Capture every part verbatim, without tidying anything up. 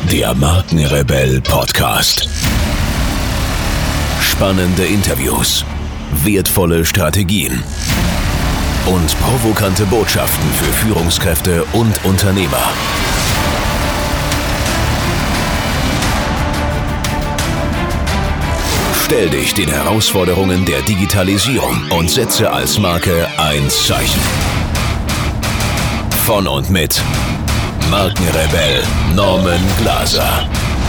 Der Markenrebell Podcast. Spannende Interviews, wertvolle Strategien und provokante Botschaften für Führungskräfte und Unternehmer. Stell dich den Herausforderungen der Digitalisierung und setze als Marke ein Zeichen. Von und mit Markenrebell Norman Glaser.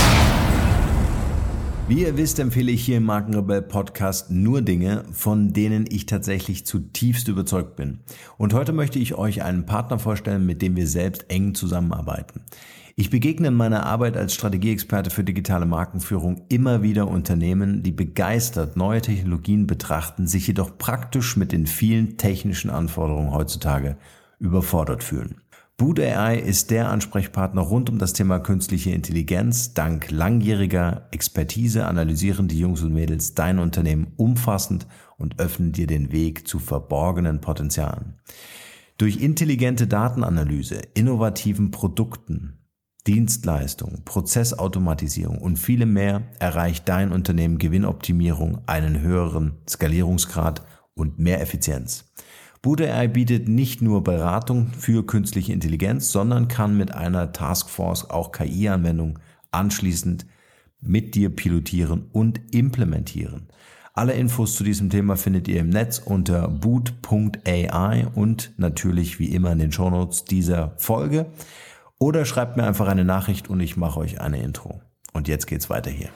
Wie ihr wisst, empfehle ich hier im Markenrebell Podcast nur Dinge, von denen ich tatsächlich zutiefst überzeugt bin. Und heute möchte ich euch einen Partner vorstellen, mit dem wir selbst eng zusammenarbeiten. Ich begegne in meiner Arbeit als Strategieexperte für digitale Markenführung immer wieder Unternehmen, die begeistert neue Technologien betrachten, sich jedoch praktisch mit den vielen technischen Anforderungen heutzutage überfordert fühlen. Boot A I ist der Ansprechpartner rund um das Thema künstliche Intelligenz. Dank langjähriger Expertise analysieren die Jungs und Mädels dein Unternehmen umfassend und öffnen dir den Weg zu verborgenen Potenzialen. Durch intelligente Datenanalyse, innovativen Produkten, Dienstleistungen, Prozessautomatisierung und viele mehr erreicht dein Unternehmen Gewinnoptimierung, einen höheren Skalierungsgrad und mehr Effizienz. Boot A I bietet nicht nur Beratung für künstliche Intelligenz, sondern kann mit einer Taskforce auch K I-Anwendungen anschließend mit dir pilotieren und implementieren. Alle Infos zu diesem Thema findet ihr im Netz unter boot punkt A I und natürlich wie immer in den Shownotes dieser Folge. Oder schreibt mir einfach eine Nachricht und ich mache euch eine Intro. Und jetzt geht's weiter hier.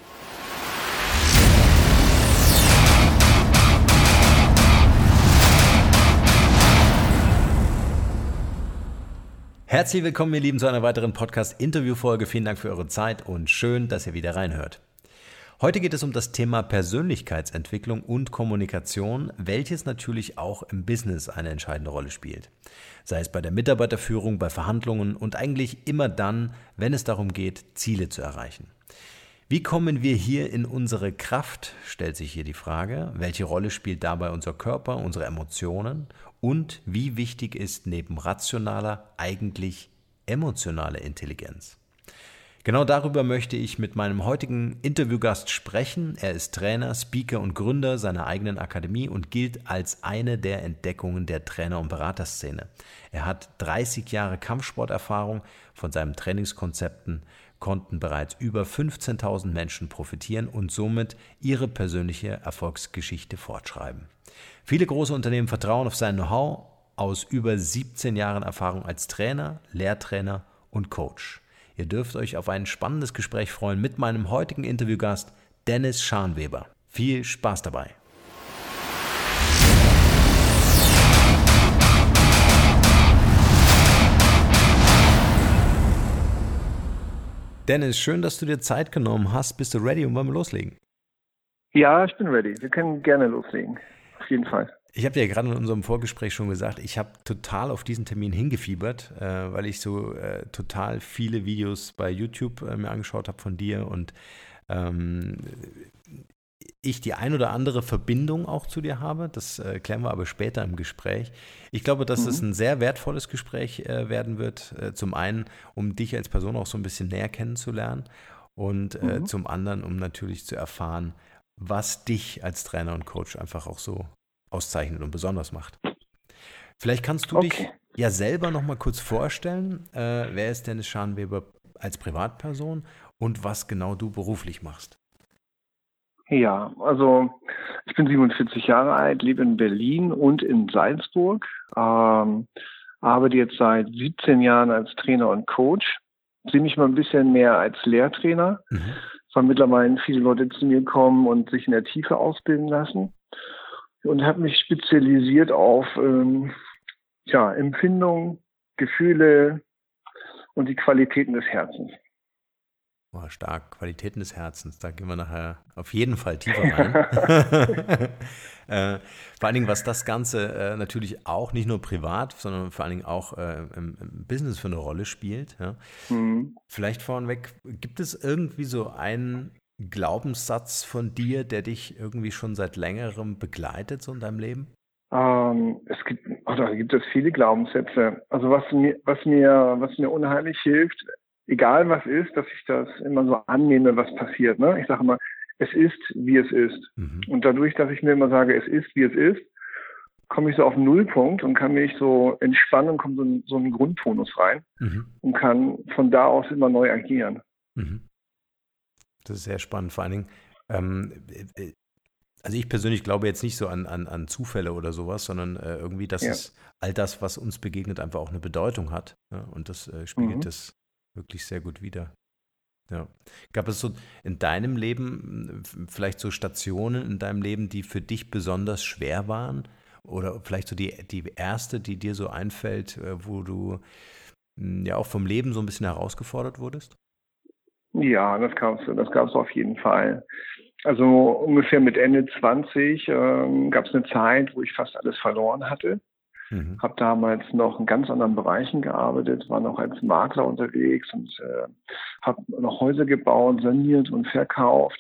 Herzlich willkommen, ihr Lieben, zu einer weiteren Podcast-Interview-Folge. Vielen Dank für eure Zeit und schön, dass ihr wieder reinhört. Heute geht es um das Thema Persönlichkeitsentwicklung und Kommunikation, welches natürlich auch im Business eine entscheidende Rolle spielt. Sei es bei der Mitarbeiterführung, bei Verhandlungen und eigentlich immer dann, wenn es darum geht, Ziele zu erreichen. Wie kommen wir hier in unsere Kraft, stellt sich hier die Frage. Welche Rolle spielt dabei unser Körper, unsere Emotionen? Und wie wichtig ist neben rationaler eigentlich emotionale Intelligenz? Genau darüber möchte ich mit meinem heutigen Interviewgast sprechen. Er ist Trainer, Speaker und Gründer seiner eigenen Akademie und gilt als eine der Entdeckungen der Trainer- und Beraterszene. Er hat dreißig Jahre Kampfsporterfahrung. Von seinen Trainingskonzepten konnten bereits über fünfzehntausend Menschen profitieren und somit ihre persönliche Erfolgsgeschichte fortschreiben. Viele große Unternehmen vertrauen auf sein Know-how aus über siebzehn Jahren Erfahrung als Trainer, Lehrtrainer und Coach. Ihr dürft euch auf ein spannendes Gespräch freuen mit meinem heutigen Interviewgast Dennis Scharnweber. Viel Spaß dabei! Dennis, schön, dass du dir Zeit genommen hast. Bist du ready und wollen wir loslegen? Ja, ich bin ready. Wir können gerne loslegen. Auf jeden Fall. Ich habe dir ja gerade in unserem Vorgespräch schon gesagt, ich habe total auf diesen Termin hingefiebert, äh, weil ich so äh, total viele Videos bei YouTube äh, mir angeschaut habe von dir und ähm, ich die ein oder andere Verbindung auch zu dir habe. Das äh, klären wir aber später im Gespräch. Ich glaube, dass mhm. es ein sehr wertvolles Gespräch äh, werden wird. Äh, zum einen, um dich als Person auch so ein bisschen näher kennenzulernen und äh, mhm. zum anderen, um natürlich zu erfahren, was dich als Trainer und Coach einfach auch so auszeichnet und besonders macht. Vielleicht kannst du okay. dich ja selber noch mal kurz vorstellen. Äh, wer ist Dennis Scharnweber als Privatperson und was genau du beruflich machst? Ja, also ich bin siebenundvierzig Jahre alt, lebe in Berlin und in Salzburg, ähm, arbeite jetzt seit siebzehn Jahren als Trainer und Coach, sehe mich mal ein bisschen mehr als Lehrtrainer, mhm. weil mittlerweile viele Leute zu mir kommen und sich in der Tiefe ausbilden lassen. Und habe mich spezialisiert auf ähm, ja, Empfindungen, Gefühle und die Qualitäten des Herzens. Oh, stark, Qualitäten des Herzens, da gehen wir nachher auf jeden Fall tiefer rein. äh, vor allen Dingen, was das Ganze äh, natürlich auch nicht nur privat, sondern vor allen Dingen auch äh, im, im Business für eine Rolle spielt. Ja? Mhm. Vielleicht vorneweg, gibt es irgendwie so einen Glaubenssatz von dir, der dich irgendwie schon seit längerem begleitet so in deinem Leben? Ähm, es gibt, oder gibt es viele Glaubenssätze. Also was mir, was mir, was mir unheimlich hilft, egal was ist, dass ich das immer so annehme, was passiert. Ne? Ich sage immer, es ist, wie es ist. Mhm. Und dadurch, dass ich mir immer sage, es ist, wie es ist, komme ich so auf den Nullpunkt und kann mich so entspannen und komme so in so einen Grundtonus rein mhm. und kann von da aus immer neu agieren. Mhm. Das ist sehr spannend, vor allen Dingen. Ähm, also ich persönlich glaube jetzt nicht so an, an, an Zufälle oder sowas, sondern äh, irgendwie, dass ja. es all das, was uns begegnet, einfach auch eine Bedeutung hat. Ja? Und das äh, spiegelt mhm. das wirklich sehr gut wider. Ja. Gab es so in deinem Leben vielleicht so Stationen in deinem Leben, die für dich besonders schwer waren? Oder vielleicht so die, die erste, die dir so einfällt, wo du ja auch vom Leben so ein bisschen herausgefordert wurdest? Ja, das gab es das gab's auf jeden Fall. Also ungefähr mit Ende zwanzig ähm, gab es eine Zeit, wo ich fast alles verloren hatte. Mhm. Habe damals noch in ganz anderen Bereichen gearbeitet, war noch als Makler unterwegs und äh, habe noch Häuser gebaut, saniert und verkauft.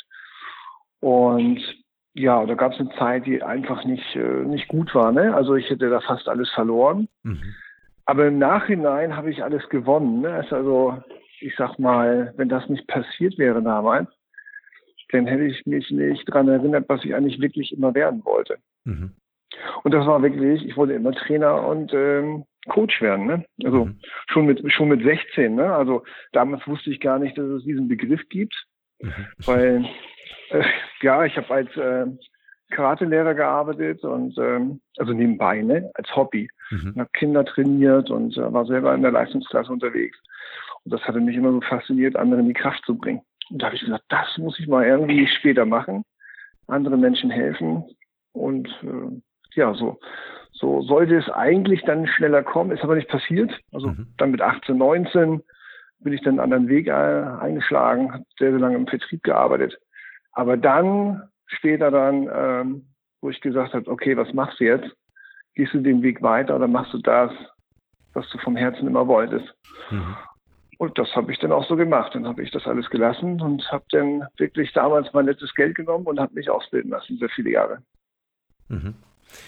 Und ja, da gab es eine Zeit, die einfach nicht, äh, nicht gut war. Ne? Also ich hätte da fast alles verloren. Mhm. Aber im Nachhinein habe ich alles gewonnen. Ne? Also ich sag mal, wenn das nicht passiert wäre damals, dann hätte ich mich nicht daran erinnert, was ich eigentlich wirklich immer werden wollte. Mhm. Und das war wirklich, ich wollte immer Trainer und ähm, Coach werden. Ne? Also mhm. schon mit schon mit sechzehn. Ne? Also damals wusste ich gar nicht, dass es diesen Begriff gibt. Mhm. Weil, äh, ja, ich habe als äh, Karate-Lehrer gearbeitet und ähm, also nebenbei, ne, als Hobby. Mhm. Habe Kinder trainiert und äh, war selber in der Leistungsklasse unterwegs. Und das hatte mich immer so fasziniert, anderen in die Kraft zu bringen. Und da habe ich gesagt, das muss ich mal irgendwie später machen, anderen Menschen helfen. Und äh, ja, so so sollte es eigentlich dann schneller kommen, ist aber nicht passiert. Also mhm. dann mit achtzehn, neunzehn bin ich dann einen anderen Weg äh, eingeschlagen, habe sehr, sehr lange im Vertrieb gearbeitet. Aber dann, später dann, ähm, wo ich gesagt habe, okay, was machst du jetzt? Gehst du den Weg weiter oder machst du das, was du vom Herzen immer wolltest? Mhm. Und das habe ich dann auch so gemacht. Dann habe ich das alles gelassen und habe dann wirklich damals mein letztes Geld genommen und habe mich ausbilden lassen, sehr viele Jahre. Mhm.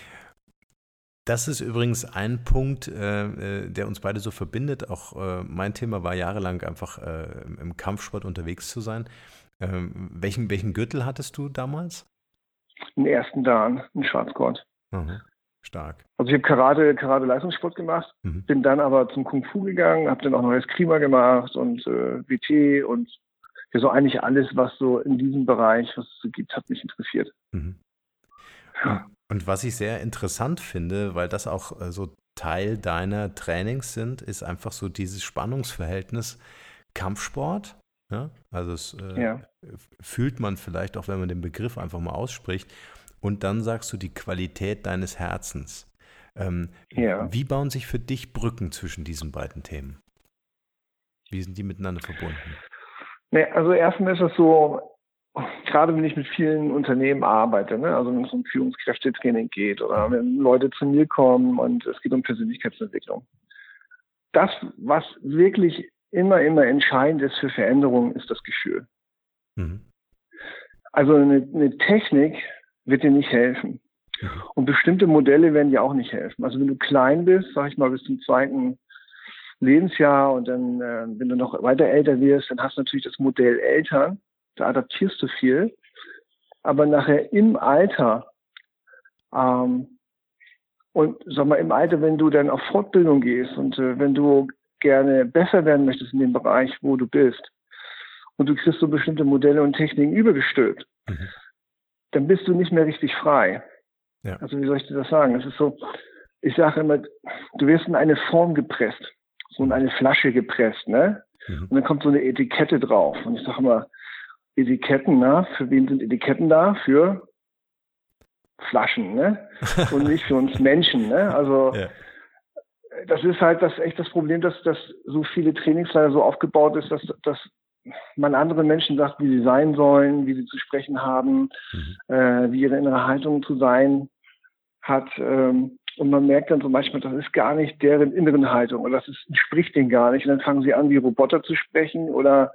Das ist übrigens ein Punkt, äh, der uns beide so verbindet. Auch äh, mein Thema war jahrelang einfach äh, im Kampfsport unterwegs zu sein. Ähm, welchen, welchen Gürtel hattest du damals? Den ersten Dan, einen Schwarzgurt. Mhm. Stark. Also ich habe Karate, Karate-Leistungssport gemacht, mhm. bin dann aber zum Kung Fu gegangen, habe dann auch neues Klima gemacht und äh, W T und ja, so eigentlich alles, was so in diesem Bereich, was es so gibt, hat mich interessiert. Mhm. Ja. Und was ich sehr interessant finde, weil das auch äh, so Teil deiner Trainings sind, ist einfach so dieses Spannungsverhältnis Kampfsport. Ja? Also es äh, ja. fühlt man vielleicht auch, wenn man den Begriff einfach mal ausspricht. Und dann sagst du die Qualität deines Herzens. Ähm, ja. Wie bauen sich für dich Brücken zwischen diesen beiden Themen? Wie sind die miteinander verbunden? Nee, also erstmal ist es so, gerade wenn ich mit vielen Unternehmen arbeite, ne, also wenn es um Führungskräftetraining geht oder wenn Leute zu mir kommen und es geht um Persönlichkeitsentwicklung. Das, was wirklich immer, immer entscheidend ist für Veränderungen, ist das Gefühl. Mhm. Also eine, eine Technik wird dir nicht helfen. Mhm. Und bestimmte Modelle werden dir auch nicht helfen. Also wenn du klein bist, sag ich mal, bis zum zweiten Lebensjahr und dann, äh, wenn du noch weiter älter wirst, dann hast du natürlich das Modell Eltern. Da adaptierst du viel. Aber nachher im Alter, ähm, und sag mal, im Alter, wenn du dann auf Fortbildung gehst und äh, wenn du gerne besser werden möchtest in dem Bereich, wo du bist, und du kriegst so bestimmte Modelle und Techniken übergestülpt, mhm. dann bist du nicht mehr richtig frei. Ja. Also wie soll ich dir das sagen? Es ist so, ich sage immer, du wirst in eine Form gepresst, so in eine Flasche gepresst, ne? Mhm. Und dann kommt so eine Etikette drauf. Und ich sage immer, Etiketten, ne? Für wen sind Etiketten da? Für Flaschen, ne? Und nicht für uns Menschen, ne? Also ja. Das ist halt das echt das Problem, dass, dass so viele Trainingslager so aufgebaut ist, dass, dass man anderen Menschen sagt, wie sie sein sollen, wie sie zu sprechen haben, mhm. äh, wie ihre innere Haltung zu sein hat. Ähm, und man merkt dann zum Beispiel, das ist gar nicht deren inneren Haltung oder das ist, entspricht denen gar nicht. Und dann fangen sie an, wie Roboter zu sprechen oder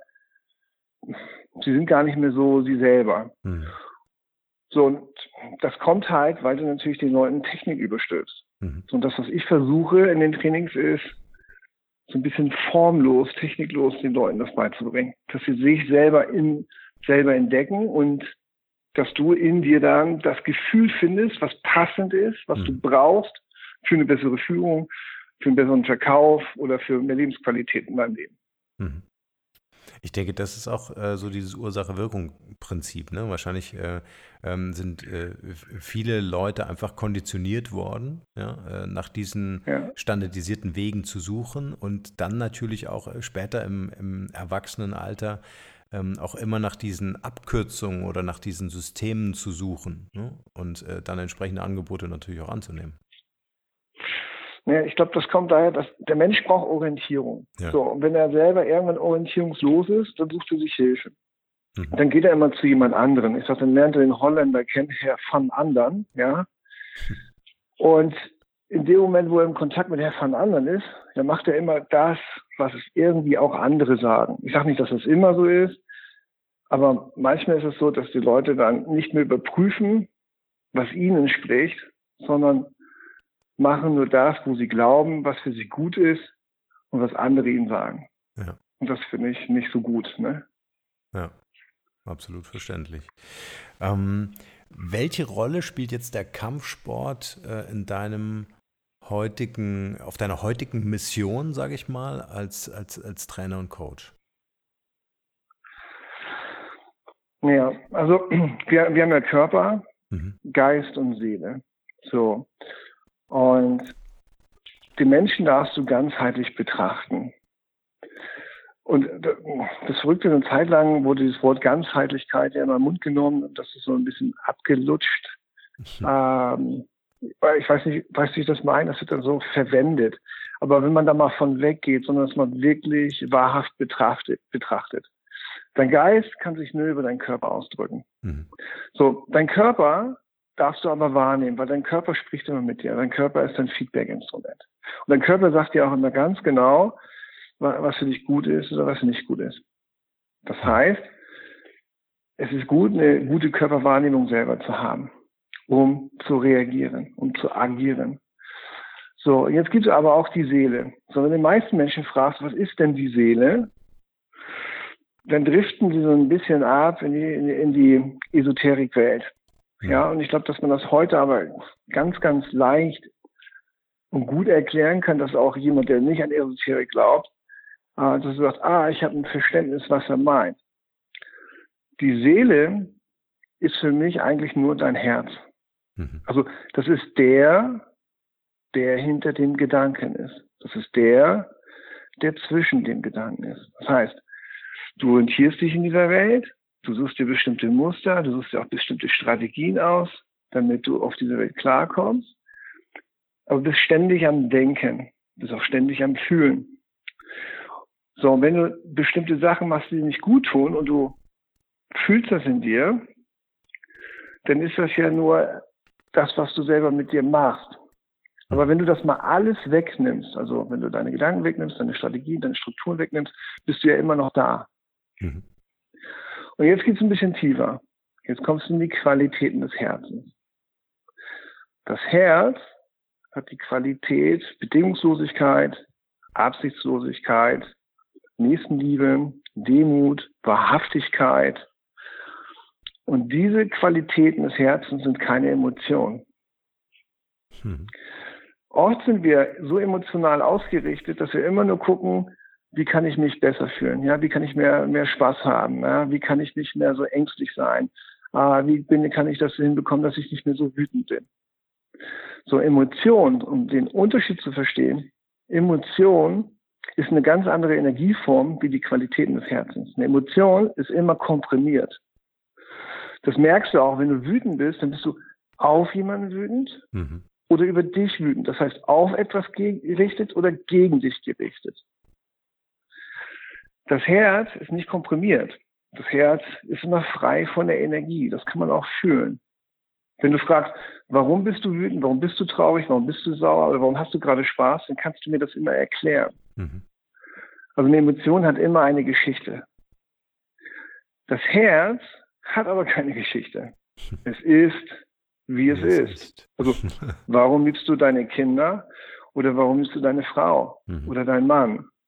sie sind gar nicht mehr so sie selber. Mhm. So, und das kommt halt, weil du natürlich den Leuten Technik überstülpst. Mhm. Und das, was ich versuche in den Trainings ist, so ein bisschen formlos, techniklos den Leuten das beizubringen. Dass sie sich selber in, selber entdecken und dass du in dir dann das Gefühl findest, was passend ist, was mhm. du brauchst für eine bessere Führung, für einen besseren Verkauf oder für mehr Lebensqualität in deinem Leben. Mhm. Ich denke, das ist auch äh, so dieses Ursache-Wirkung-Prinzip. Ne? Wahrscheinlich äh, ähm, sind äh, viele Leute einfach konditioniert worden, ja, äh, nach diesen ja. standardisierten Wegen zu suchen und dann natürlich auch äh, später im, im Erwachsenenalter ähm, auch immer nach diesen Abkürzungen oder nach diesen Systemen zu suchen, ne? Und äh, dann entsprechende Angebote natürlich auch anzunehmen. Ja, ich glaube, das kommt daher, dass der Mensch braucht Orientierung. Ja. So, und wenn er selber irgendwann orientierungslos ist, dann sucht er sich Hilfe. Mhm. Dann geht er immer zu jemand anderem. Ich sage, dann lernt er den Holländer kennen, Herr van Andern, ja. Und in dem Moment, wo er im Kontakt mit Herr van Andern ist, dann macht er immer das, was es irgendwie auch andere sagen. Ich sage nicht, dass das immer so ist, aber manchmal ist es so, dass die Leute dann nicht mehr überprüfen, was ihnen entspricht, sondern machen nur das, wo sie glauben, was für sie gut ist und was andere ihnen sagen. Ja. Und das finde ich nicht so gut. Ne? Ja, absolut verständlich. Ähm, welche Rolle spielt jetzt der Kampfsport äh, in deinem heutigen, auf deiner heutigen Mission, sage ich mal, als, als, als Trainer und Coach? Ja, also wir, wir haben ja Körper, mhm. Geist und Seele. So. Und die Menschen darfst du ganzheitlich betrachten. Und das Verrückte, eine Zeit lang wurde dieses Wort Ganzheitlichkeit ja in den Mund genommen und das ist so ein bisschen abgelutscht. Mhm. Ähm, ich weiß nicht, weiß nicht, wie ich das meine, das wird dann so verwendet. Aber wenn man da mal von weggeht, sondern dass man wirklich wahrhaft betrachtet, betrachtet. Dein Geist kann sich nur über deinen Körper ausdrücken. Mhm. So, dein Körper darfst du aber wahrnehmen, weil dein Körper spricht immer mit dir. Dein Körper ist dein Feedback-Instrument. Und dein Körper sagt dir auch immer ganz genau, was für dich gut ist oder was nicht gut ist. Das heißt, es ist gut, eine gute Körperwahrnehmung selber zu haben, um zu reagieren, um zu agieren. So, jetzt gibt es aber auch die Seele. So, wenn du den meisten Menschen fragst, was ist denn die Seele? Dann driften sie so ein bisschen ab in die, in die Esoterikwelt. Ja, und ich glaube, dass man das heute aber ganz, ganz leicht und gut erklären kann, dass auch jemand, der nicht an Esoterik glaubt, äh, dass er sagt, ah, ich habe ein Verständnis, was er meint. Die Seele ist für mich eigentlich nur dein Herz. Mhm. Also das ist der, der hinter dem Gedanken ist. Das ist der, der zwischen dem Gedanken ist. Das heißt, du orientierst dich in dieser Welt, du suchst dir bestimmte Muster, du suchst dir auch bestimmte Strategien aus, damit du auf diese Welt klarkommst. Aber du bist ständig am Denken, du bist auch ständig am Fühlen. So, und wenn du bestimmte Sachen machst, die dir nicht gut tun und du fühlst das in dir, dann ist das ja nur das, was du selber mit dir machst. Aber wenn du das mal alles wegnimmst, also wenn du deine Gedanken wegnimmst, deine Strategien, deine Strukturen wegnimmst, bist du ja immer noch da. Mhm. Und jetzt geht's ein bisschen tiefer. Jetzt kommst du in die Qualitäten des Herzens. Das Herz hat die Qualität Bedingungslosigkeit, Absichtslosigkeit, Nächstenliebe, Demut, Wahrhaftigkeit. Und diese Qualitäten des Herzens sind keine Emotionen. Hm. Oft sind wir so emotional ausgerichtet, dass wir immer nur gucken, wie kann ich mich besser fühlen? Ja, wie kann ich mehr, mehr Spaß haben? Ja, wie kann ich nicht mehr so ängstlich sein? Ah, wie bin, kann ich das hinbekommen, dass ich nicht mehr so wütend bin? So, Emotion, um den Unterschied zu verstehen, Emotion ist eine ganz andere Energieform wie die Qualitäten des Herzens. Eine Emotion ist immer komprimiert. Das merkst du auch, wenn du wütend bist, dann bist du auf jemanden wütend mhm. oder über dich wütend. Das heißt, auf etwas gerichtet oder gegen dich gerichtet. Das Herz ist nicht komprimiert. Das Herz ist immer frei von der Energie. Das kann man auch fühlen. Wenn du fragst, warum bist du wütend, warum bist du traurig, warum bist du sauer oder warum hast du gerade Spaß, dann kannst du mir das immer erklären. Mhm. Also eine Emotion hat immer eine Geschichte. Das Herz hat aber keine Geschichte. Es ist, wie es, es ist. ist. Also warum liebst du deine Kinder oder warum liebst du deine Frau mhm. oder deinen Mann?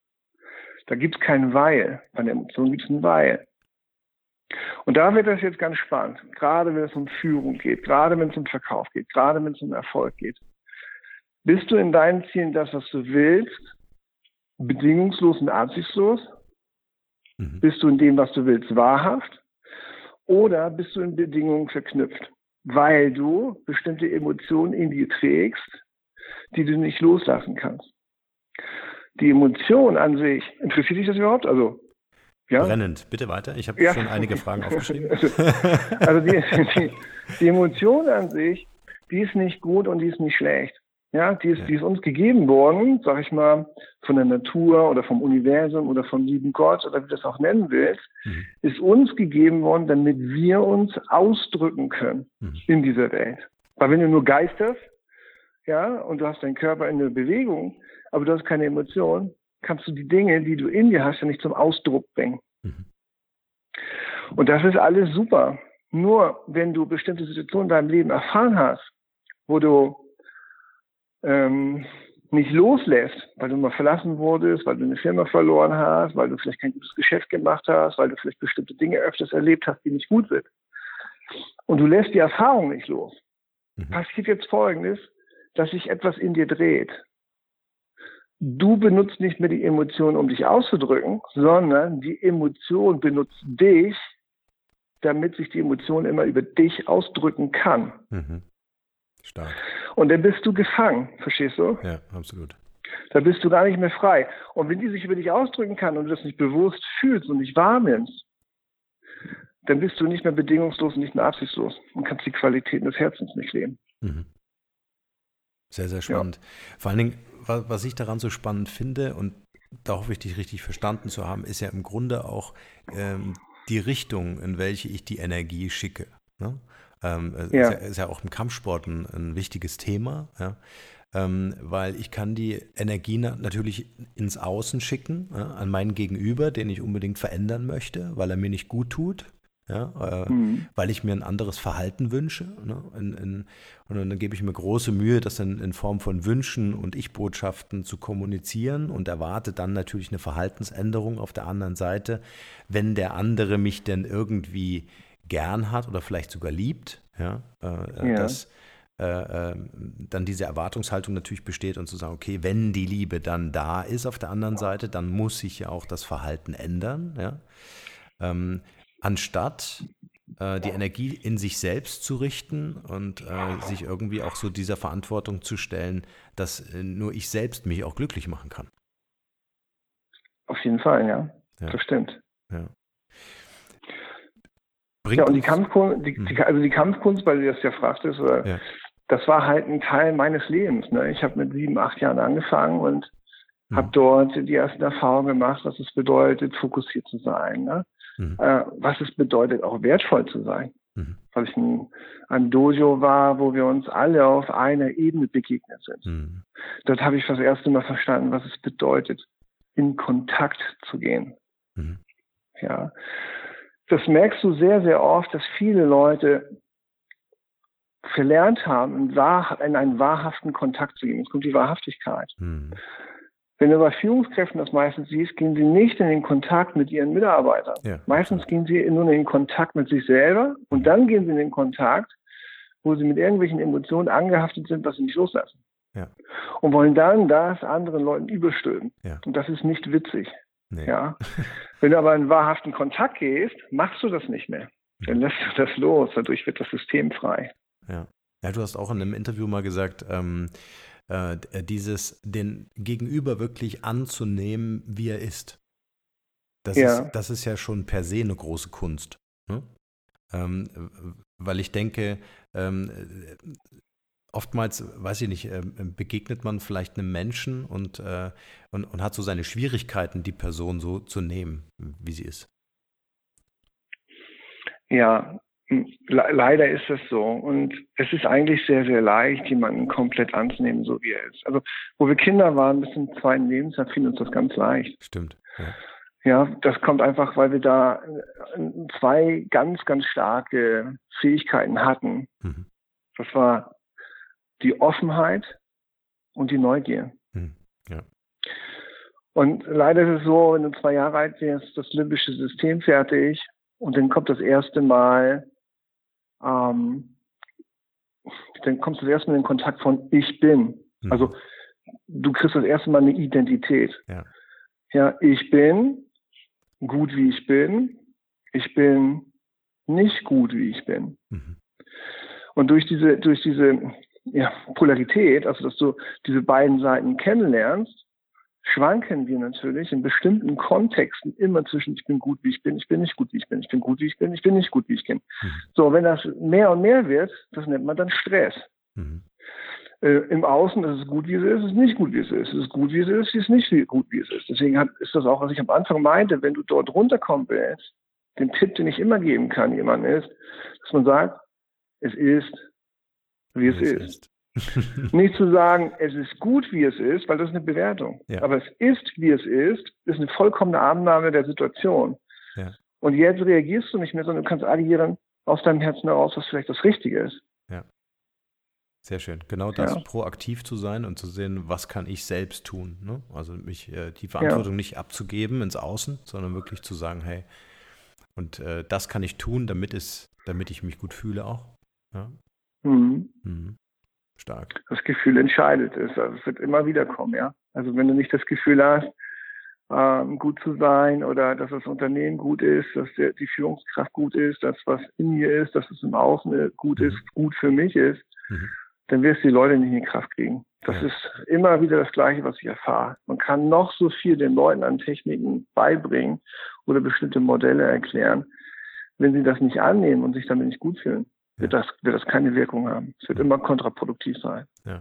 Da gibt es kein Weil. Bei der Emotion gibt es ein Weil. Und da wird das jetzt ganz spannend. Gerade wenn es um Führung geht, gerade wenn es um Verkauf geht, gerade wenn es um Erfolg geht. Bist du in deinen Zielen das, was du willst, bedingungslos und absichtslos? Mhm. Bist du in dem, was du willst, wahrhaft? Oder bist du in Bedingungen verknüpft? Weil du bestimmte Emotionen in dir trägst, die du nicht loslassen kannst. Die Emotion an sich, interessiert dich das überhaupt? Also, ja? Brennend, bitte weiter. Ich habe ja. schon einige Fragen aufgeschrieben. Also die, die, die Emotion an sich, die ist nicht gut und die ist nicht schlecht. Ja, die ist, ja. die ist uns gegeben worden, sag ich mal, von der Natur oder vom Universum oder vom lieben Gott oder wie du das auch nennen willst, mhm. ist uns gegeben worden, damit wir uns ausdrücken können mhm. in dieser Welt. Weil wenn du nur geisterst, ja, und du hast deinen Körper in der Bewegung, aber du hast keine Emotion, kannst du die Dinge, die du in dir hast, ja nicht zum Ausdruck bringen. Mhm. Und das ist alles super. Nur wenn du bestimmte Situationen in deinem Leben erfahren hast, wo du ähm, nicht loslässt, weil du mal verlassen wurdest, weil du eine Firma verloren hast, weil du vielleicht kein gutes Geschäft gemacht hast, weil du vielleicht bestimmte Dinge öfters erlebt hast, die nicht gut sind. Und du lässt die Erfahrung nicht los. Mhm. Passiert jetzt Folgendes, dass sich etwas in dir dreht. Du benutzt nicht mehr die Emotion, um dich auszudrücken, sondern die Emotion benutzt dich, damit sich die Emotion immer über dich ausdrücken kann. Mhm. Stark. Und dann bist du gefangen, verstehst du? Ja, absolut. Da bist du gar nicht mehr frei. Und wenn die sich über dich ausdrücken kann und du das nicht bewusst fühlst und nicht wahrnimmst, dann bist du nicht mehr bedingungslos und nicht mehr absichtslos und kannst die Qualitäten des Herzens nicht leben. Mhm. Sehr, sehr spannend. Ja. Vor allen Dingen, was ich daran so spannend finde, und da hoffe ich, dich richtig verstanden zu haben, ist ja im Grunde auch ähm, die Richtung, in welche ich die Energie schicke. Ne? Ähm, ja. Ist, ja, ist ja auch im Kampfsport ein, ein wichtiges Thema, ja? ähm, weil ich kann die Energie na- natürlich ins Außen schicken, ja? an meinen Gegenüber, den ich unbedingt verändern möchte, weil er mir nicht gut tut. Ja, äh, mhm. weil ich mir ein anderes Verhalten wünsche. Ne? In, in, und dann gebe ich mir große Mühe, das in, in Form von Wünschen und Ich-Botschaften zu kommunizieren und erwarte dann natürlich eine Verhaltensänderung auf der anderen Seite, wenn der andere mich denn irgendwie gern hat oder vielleicht sogar liebt, ja, äh, ja. dass äh, äh, dann diese Erwartungshaltung natürlich besteht und zu sagen, okay, wenn die Liebe dann da ist auf der anderen Seite, dann muss sich ja auch das Verhalten ändern, ja. Ähm, anstatt äh, die Energie in sich selbst zu richten und äh, sich irgendwie auch so dieser Verantwortung zu stellen, dass äh, nur ich selbst mich auch glücklich machen kann. Auf jeden Fall, ja. ja. Das stimmt. Ja, ja und die Kampfkunst, die, die, also die Kampfkunst, weil du das ja fragtest, oder, ja. das war halt ein Teil meines Lebens. Ne? Ich habe mit sieben, acht Jahren angefangen und mhm. habe dort die ersten Erfahrungen gemacht, was es bedeutet, fokussiert zu sein. Ne? Mhm. Äh, was es bedeutet, auch wertvoll zu sein. Mhm. Weil ich ein, ein Dojo war, wo wir uns alle auf einer Ebene begegnet sind. Mhm. Dort habe ich das erste Mal verstanden, was es bedeutet, in Kontakt zu gehen. Mhm. Ja, das merkst du sehr, sehr oft, dass viele Leute verlernt haben, in, wahr, in einen wahrhaften Kontakt zu gehen. Jetzt kommt die Wahrhaftigkeit. Mhm. Wenn du bei Führungskräften das meistens siehst, gehen sie nicht in den Kontakt mit ihren Mitarbeitern. Ja. Meistens gehen sie nur in den Kontakt mit sich selber und dann gehen sie in den Kontakt, wo sie mit irgendwelchen Emotionen angehaftet sind, was sie nicht loslassen. Ja. Und wollen dann das anderen Leuten überstülpen. Ja. Und das ist nicht witzig. Nee. Ja. Wenn du aber in wahrhaften Kontakt gehst, machst du das nicht mehr. Dann lässt du das los. Dadurch wird das System frei. Ja, ja, du hast auch in einem Interview mal gesagt, ähm, äh, dieses, den Gegenüber wirklich anzunehmen, wie er ist. Das, ja. ist, das ist ja schon per se eine große Kunst. Ne? Ähm, weil ich denke, ähm, oftmals, weiß ich nicht, äh, begegnet man vielleicht einem Menschen und, äh, und, und hat so seine Schwierigkeiten, die Person so zu nehmen, wie sie ist. Ja, le- leider ist das so. Und es ist eigentlich sehr, sehr leicht, jemanden komplett anzunehmen, so wie er ist. Also, wo wir Kinder waren, bis zum zweiten Lebensjahr, fiel uns das ganz leicht. Stimmt. Ja. Ja, das kommt einfach, weil wir da zwei ganz, ganz starke Fähigkeiten hatten. Mhm. Das war die Offenheit und die Neugier. Mhm. Ja. Und leider ist es so, wenn du zwei Jahre alt bist, ist das limbische System fertig und dann kommt das erste Mal, ähm, dann kommst du das erste Mal in den Kontakt von ich bin. Mhm. Also du kriegst das erste Mal eine Identität. Ja. Ja, ich bin gut, wie ich bin. Ich bin nicht gut, wie ich bin. Mhm. Und durch diese, durch diese ja, Polarität, also dass du diese beiden Seiten kennenlernst, schwanken wir natürlich in bestimmten Kontexten immer zwischen ich bin gut, wie ich bin, ich bin nicht gut, wie ich bin, ich bin gut, wie ich bin, ich bin nicht gut, wie ich bin. Mhm. So, wenn das mehr und mehr wird, das nennt man dann Stress. Mhm. Äh, Im Außen, das ist gut, wie es ist, ist nicht gut, wie es ist. Es ist gut, wie es ist, ist nicht gut, wie es ist. Deswegen hat, ist das auch, was ich am Anfang meinte, wenn du dort runterkommen willst, den Tipp, den ich immer geben kann, jemand ist, dass man sagt, es ist, wie es, es ist. ist. Nicht zu sagen, es ist gut, wie es ist, weil das ist eine Bewertung. Ja. Aber es ist, wie es ist, ist eine vollkommene Annahme der Situation. Ja. Und jetzt reagierst du nicht mehr, sondern du kannst agieren aus deinem Herzen heraus, was vielleicht das Richtige ist. Ja. Sehr schön. Genau das, ja. proaktiv zu sein und zu sehen, was kann ich selbst tun. Ne? Also mich äh, die Verantwortung ja. nicht abzugeben ins Außen, sondern wirklich zu sagen, hey, und äh, das kann ich tun, damit es, damit ich mich gut fühle auch. Ja? Mhm. Mhm. Stark. Das Gefühl entscheidet es. Also es wird immer wieder kommen, ja. Also wenn du nicht das Gefühl hast, ähm, gut zu sein oder dass das Unternehmen gut ist, dass der, die Führungskraft gut ist, dass was in mir ist, dass es im Außen gut ist, mhm. gut für mich ist, mhm. dann wirst du die Leute nicht in die Kraft kriegen. Das ja. ist immer wieder das Gleiche, was ich erfahre. Man kann noch so viel den Leuten an Techniken beibringen oder bestimmte Modelle erklären. Wenn sie das nicht annehmen und sich damit nicht gut fühlen, wird das, wird das keine Wirkung haben. Es wird immer kontraproduktiv sein. Ja.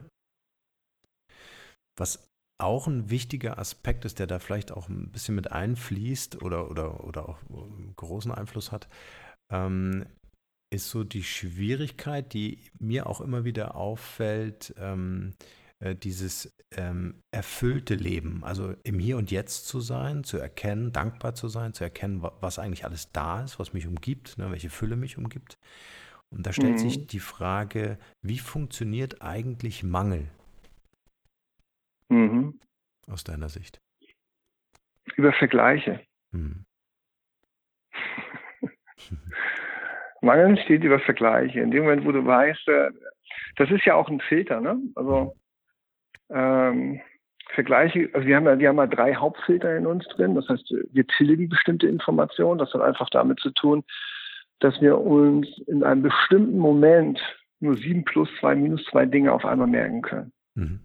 Was auch ein wichtiger Aspekt ist, der da vielleicht auch ein bisschen mit einfließt oder, oder, oder auch einen großen Einfluss hat, ähm, ist so die Schwierigkeit, die mir auch immer wieder auffällt, ähm, äh, dieses ähm, erfüllte Leben, also im Hier und Jetzt zu sein, zu erkennen, dankbar zu sein, zu erkennen, was eigentlich alles da ist, was mich umgibt, ne, welche Fülle mich umgibt. Und da stellt mhm. sich die Frage, wie funktioniert eigentlich Mangel? Mhm. Aus deiner Sicht? Über Vergleiche. Mhm. Mangel steht über Vergleiche. In dem Moment, wo du weißt, das ist ja auch ein Filter, ne? Also ähm, Vergleiche, also wir haben ja, wir haben ja drei Hauptfilter in uns drin. Das heißt, wir tilgen bestimmte Informationen. Das hat einfach damit zu tun, dass wir uns in einem bestimmten Moment nur sieben plus zwei minus zwei Dinge auf einmal merken können. Mhm.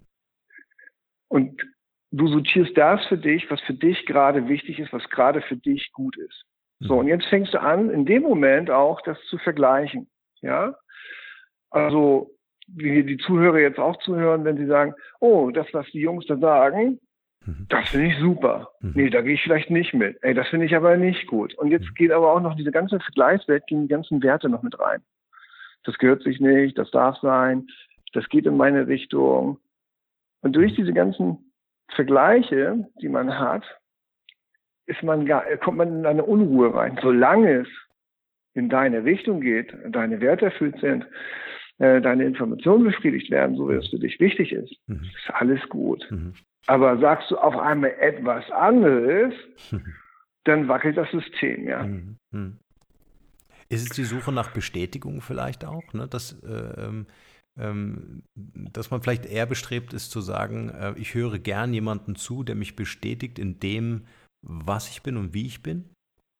Und du sortierst das für dich, was für dich gerade wichtig ist, was gerade für dich gut ist. Mhm. So, und jetzt fängst du an, in dem Moment auch das zu vergleichen. Ja, also wie die Zuhörer jetzt auch zuhören, wenn sie sagen, oh, das, was die Jungs da sagen, das finde ich super. Mhm. Nee, da gehe ich vielleicht nicht mit. Ey, das finde ich aber nicht gut. Und jetzt geht aber auch noch diese ganze Vergleichswelt gegen die ganzen Werte noch mit rein. Das gehört sich nicht, das darf sein, das geht in meine Richtung. Und durch diese ganzen Vergleiche, die man hat, ist man gar, kommt man in eine Unruhe rein. Solange es in deine Richtung geht, deine Werte erfüllt sind, äh, deine Informationen befriedigt werden, so wie es für dich wichtig ist, mhm. ist alles gut. Mhm. Aber sagst du auf einmal etwas anderes, dann wackelt das System, ja. Mhm. Ist es die Suche nach Bestätigung vielleicht auch, ne? Dass, äh, ähm, dass man vielleicht eher bestrebt ist zu sagen, äh, ich höre gern jemanden zu, der mich bestätigt in dem, was ich bin und wie ich bin?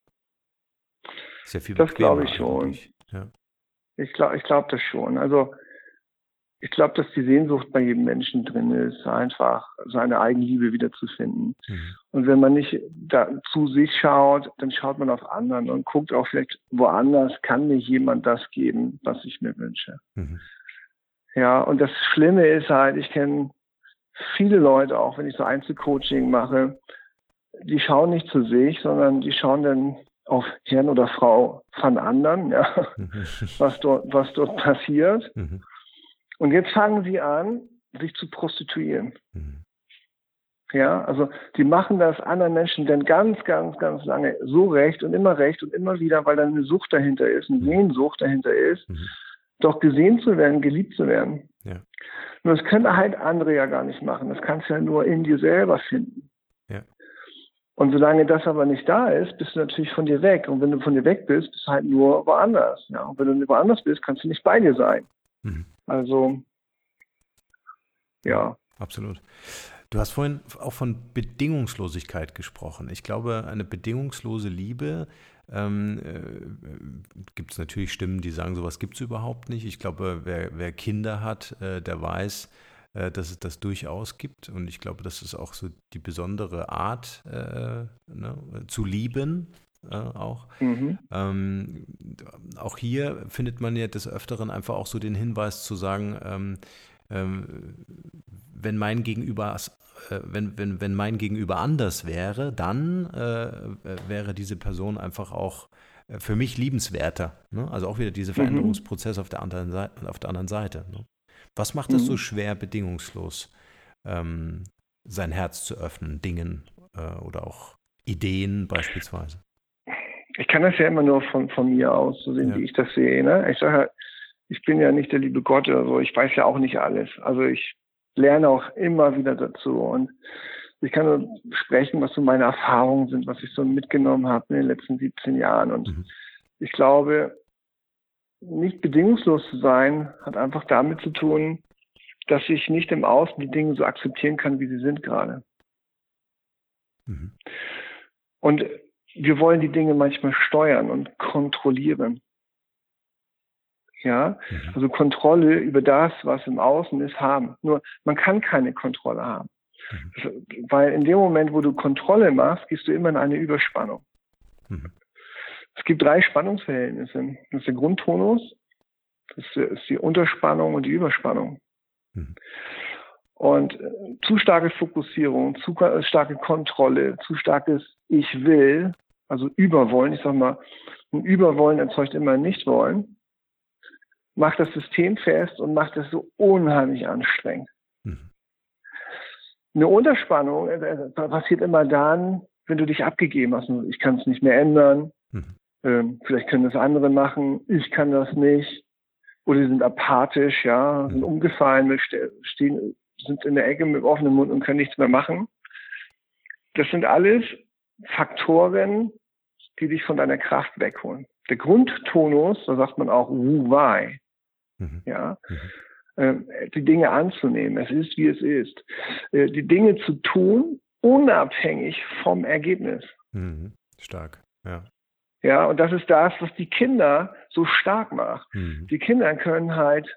Ist ja viel das glaube ich schon. Ja. Ich glaube ich glaub das schon. Also ich glaube, dass die Sehnsucht bei jedem Menschen drin ist, einfach seine Eigenliebe wiederzufinden. Mhm. Und wenn man nicht da zu sich schaut, dann schaut man auf anderen und guckt auch vielleicht woanders, kann mir jemand das geben, was ich mir wünsche. Mhm. Ja, und das Schlimme ist halt, ich kenne viele Leute, auch wenn ich so Einzelcoaching mache, die schauen nicht zu sich, sondern die schauen dann auf Herrn oder Frau von anderen, ja, mhm. was dort, was dort passiert. Mhm. Und jetzt fangen sie an, sich zu prostituieren. Mhm. Ja, also die machen das anderen Menschen dann ganz, ganz, ganz lange so recht und immer recht und immer wieder, weil dann eine Sucht dahinter ist, eine Sehnsucht dahinter ist, mhm. doch gesehen zu werden, geliebt zu werden. Ja. Und das können halt andere ja gar nicht machen. Das kannst du ja nur in dir selber finden. Ja. Und solange das aber nicht da ist, bist du natürlich von dir weg. Und wenn du von dir weg bist, bist du halt nur woanders. Ja? Und wenn du woanders bist, kannst du nicht bei dir sein. Mhm. Also, ja. Absolut. Du hast vorhin auch von Bedingungslosigkeit gesprochen. Ich glaube, eine bedingungslose Liebe, ähm, äh, gibt es natürlich Stimmen, die sagen, sowas gibt es überhaupt nicht. Ich glaube, wer, wer Kinder hat, äh, der weiß, äh, dass es das durchaus gibt. Und ich glaube, das ist auch so die besondere Art, äh, ne, zu lieben. Äh, auch. Mhm. Ähm, auch hier findet man ja des Öfteren einfach auch so den Hinweis zu sagen, ähm, ähm, wenn mein Gegenüber äh, wenn, wenn, wenn mein Gegenüber anders wäre, dann äh, wäre diese Person einfach auch äh, für mich liebenswerter. Ne? Also auch wieder dieser Veränderungsprozess mhm. auf der anderen Seite, auf der anderen Seite. Ne? Was macht es mhm. so schwer, bedingungslos ähm, sein Herz zu öffnen, Dingen äh, oder auch Ideen beispielsweise? Ich kann das ja immer nur von, von mir aus, so sehen, ja. wie ich das sehe. Ne? Ich sage halt, ich bin ja nicht der liebe Gott oder so, ich weiß ja auch nicht alles. Also ich lerne auch immer wieder dazu und ich kann nur sprechen, was so meine Erfahrungen sind, was ich so mitgenommen habe in den letzten siebzehn Jahren. Und mhm. ich glaube, nicht bedingungslos zu sein, hat einfach damit zu tun, dass ich nicht im Außen die Dinge so akzeptieren kann, wie sie sind gerade. Mhm. Und wir wollen die Dinge manchmal steuern und kontrollieren. Ja, mhm. also Kontrolle über das, was im Außen ist, haben. Nur man kann keine Kontrolle haben. Mhm. Das, weil in dem Moment, wo du Kontrolle machst, gehst du immer in eine Überspannung. Mhm. Es gibt drei Spannungsverhältnisse. Das ist der Grundtonus, das ist die Unterspannung und die Überspannung. Mhm. Und zu starke Fokussierung, zu starke Kontrolle, zu starkes Ich will, also Überwollen, ich sag mal, ein Überwollen erzeugt immer ein Nichtwollen, macht das System fest und macht es so unheimlich anstrengend. Mhm. Eine Unterspannung äh, passiert immer dann, wenn du dich abgegeben hast. Ich kann es nicht mehr ändern, mhm. ähm, vielleicht können das andere machen, ich kann das nicht. Oder sie sind apathisch, ja, sind mhm. umgefallen, stehen, sind in der Ecke mit offenem Mund und können nichts mehr machen. Das sind alles Faktoren, die dich von deiner Kraft wegholen. Der Grundtonus, da sagt man auch Wu Wei, mhm. ja, mhm. äh, die Dinge anzunehmen. Es ist, wie es ist. Äh, die Dinge zu tun, unabhängig vom Ergebnis. Mhm. Stark, ja. Ja, und das ist das, was die Kinder so stark macht. Mhm. Die Kinder können halt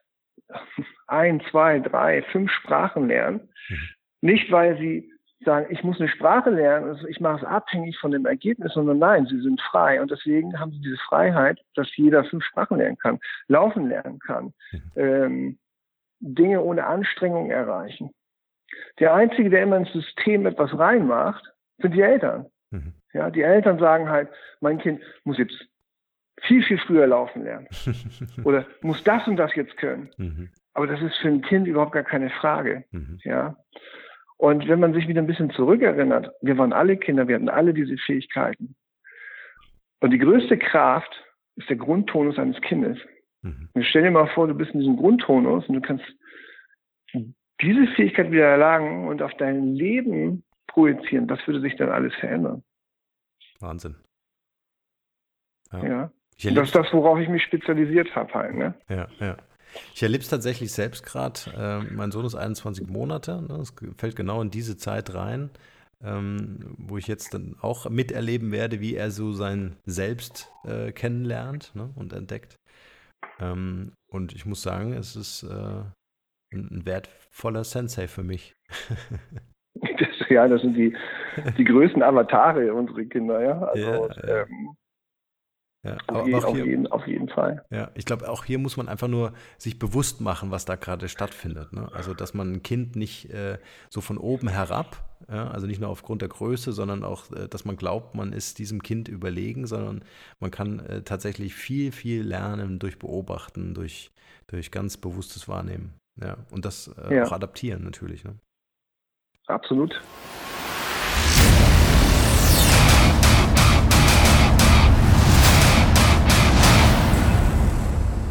ein, zwei, drei, fünf Sprachen lernen. Mhm. Nicht, weil sie sagen, ich muss eine Sprache lernen, also ich mache es abhängig von dem Ergebnis, sondern nein, sie sind frei. Und deswegen haben sie diese Freiheit, dass jeder fünf Sprachen lernen kann, laufen lernen kann, mhm. ähm, Dinge ohne Anstrengung erreichen. Der Einzige, der immer ins System etwas reinmacht, sind die Eltern. Mhm. Ja, die Eltern sagen halt, mein Kind muss jetzt viel, viel früher laufen lernen. Oder muss das und das jetzt können. Mhm. Aber das ist für ein Kind überhaupt gar keine Frage. Mhm. Ja. Und wenn man sich wieder ein bisschen zurückerinnert, wir waren alle Kinder, wir hatten alle diese Fähigkeiten. Und die größte Kraft ist der Grundtonus eines Kindes. Mhm. Und stell dir mal vor, du bist in diesem Grundtonus und du kannst diese Fähigkeit wieder erlangen und auf dein Leben projizieren. Das würde sich dann alles verändern. Wahnsinn. Ja. ja. Und das ist das, worauf ich mich spezialisiert habe halt, ne? Ja, ja. Ich erlebe es tatsächlich selbst gerade. Äh, mein Sohn ist einundzwanzig Monate. Ne? Das fällt genau in diese Zeit rein, ähm, wo ich jetzt dann auch miterleben werde, wie er so sein Selbst äh, kennenlernt, ne? und entdeckt. Ähm, und ich muss sagen, es ist äh, ein, ein wertvoller Sensei für mich. das, ja, das sind die, die größten Avatare, unsere Kinder, ja. Also, ja, ja. Ähm, Ja, auf, aber je, auf, auf, hier, jeden, auf jeden Fall. Ja, ich glaube, auch hier muss man einfach nur sich bewusst machen, was da gerade stattfindet. Ne? Also, dass man ein Kind nicht äh, so von oben herab, ja, also nicht nur aufgrund der Größe, sondern auch, äh, dass man glaubt, man ist diesem Kind überlegen, sondern man kann äh, tatsächlich viel, viel lernen durch Beobachten, durch, durch ganz bewusstes Wahrnehmen. Ja, und das äh, ja. auch adaptieren natürlich. Ne? Absolut.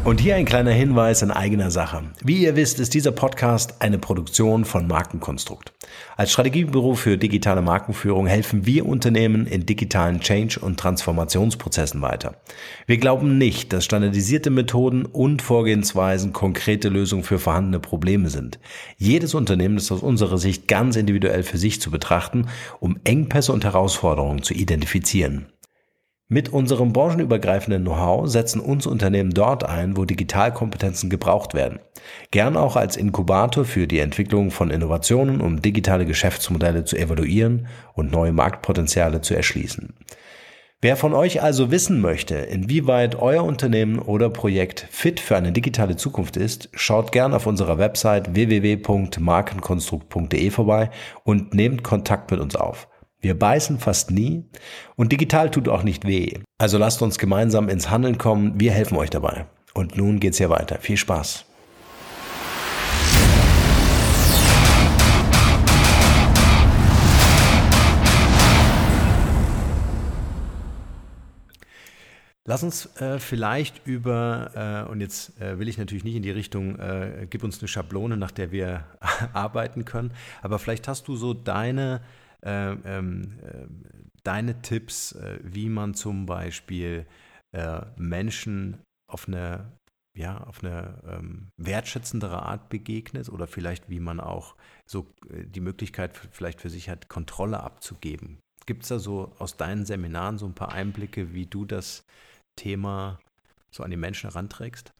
Und hier ein kleiner Hinweis in eigener Sache. Wie ihr wisst, ist dieser Podcast eine Produktion von Markenkonstrukt. Als Strategiebüro für digitale Markenführung helfen wir Unternehmen in digitalen Change- und Transformationsprozessen weiter. Wir glauben nicht, dass standardisierte Methoden und Vorgehensweisen konkrete Lösungen für vorhandene Probleme sind. Jedes Unternehmen ist aus unserer Sicht ganz individuell für sich zu betrachten, um Engpässe und Herausforderungen zu identifizieren. Mit unserem branchenübergreifenden Know-how setzen uns Unternehmen dort ein, wo Digitalkompetenzen gebraucht werden. Gern auch als Inkubator für die Entwicklung von Innovationen, um digitale Geschäftsmodelle zu evaluieren und neue Marktpotenziale zu erschließen. Wer von euch also wissen möchte, inwieweit euer Unternehmen oder Projekt fit für eine digitale Zukunft ist, schaut gern auf unserer Website w w w punkt markenkonstrukt punkt de vorbei und nehmt Kontakt mit uns auf. Wir beißen fast nie und digital tut auch nicht weh. Also lasst uns gemeinsam ins Handeln kommen, wir helfen euch dabei. Und nun geht's hier weiter. Viel Spaß! Lass uns äh, vielleicht über, äh, und jetzt äh, will ich natürlich nicht in die Richtung, äh, gib uns eine Schablone, nach der wir arbeiten können, aber vielleicht hast du so deine Äh, ähm, äh, deine Tipps, äh, wie man zum Beispiel äh, Menschen auf eine, ja, auf eine ähm, wertschätzendere Art begegnet oder vielleicht wie man auch so äh, die Möglichkeit f- vielleicht für sich hat, Kontrolle abzugeben. Gibt es da so aus deinen Seminaren so ein paar Einblicke, wie du das Thema so an die Menschen heranträgst?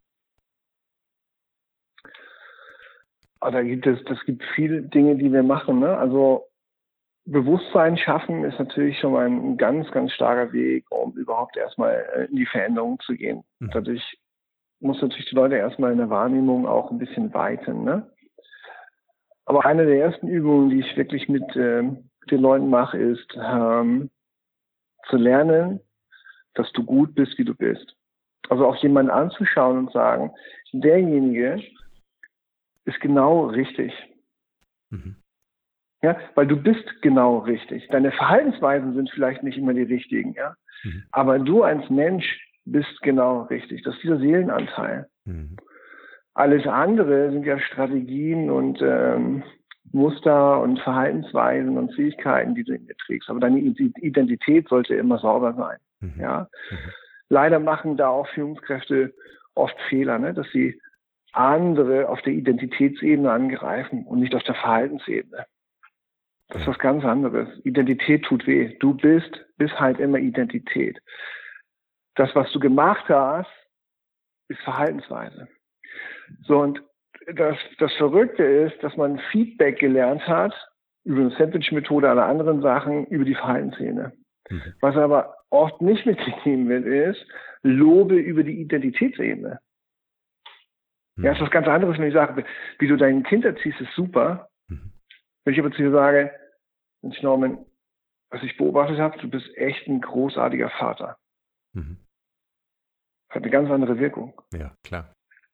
Aber da gibt es, das gibt viele Dinge, die wir machen, ne? Also Bewusstsein schaffen ist natürlich schon mal ein ganz, ganz starker Weg, um überhaupt erstmal in die Veränderung zu gehen. Mhm. Dadurch muss natürlich die Leute erstmal in der Wahrnehmung auch ein bisschen weiten, ne? Aber eine der ersten Übungen, die ich wirklich mit äh, den Leuten mache, ist ähm, zu lernen, dass du gut bist, wie du bist. Also auch jemanden anzuschauen und sagen, derjenige ist genau richtig. Mhm. Ja, weil du bist genau richtig. Deine Verhaltensweisen sind vielleicht nicht immer die richtigen, ja. Mhm. Aber du als Mensch bist genau richtig. Das ist dieser Seelenanteil. Mhm. Alles andere sind ja Strategien und ähm, Muster und Verhaltensweisen und Fähigkeiten, die du in dir trägst. Aber deine Identität sollte immer sauber sein. Mhm. Ja. Mhm. Leider machen da auch Führungskräfte oft Fehler, ne, dass sie andere auf der Identitätsebene angreifen und nicht auf der Verhaltensebene. Das ist was ganz anderes. Identität tut weh. Du bist, bist halt immer Identität. Das, was du gemacht hast, ist Verhaltensweise. So, und das, das Verrückte ist, dass man Feedback gelernt hat über eine Sandwich-Methode oder anderen Sachen über die Verhaltensebene. Mhm. Was aber oft nicht mitgegeben wird, ist Lobe über die Identitätsebene. Mhm. Ja, das ist was ganz anderes, wenn ich sage, wie du dein Kind erziehst, ist super. Mhm. Wenn ich aber zu dir sage, Mensch, Norman, was ich beobachtet habe, du bist echt ein großartiger Vater. Mhm. Hat eine ganz andere Wirkung. Ja, klar.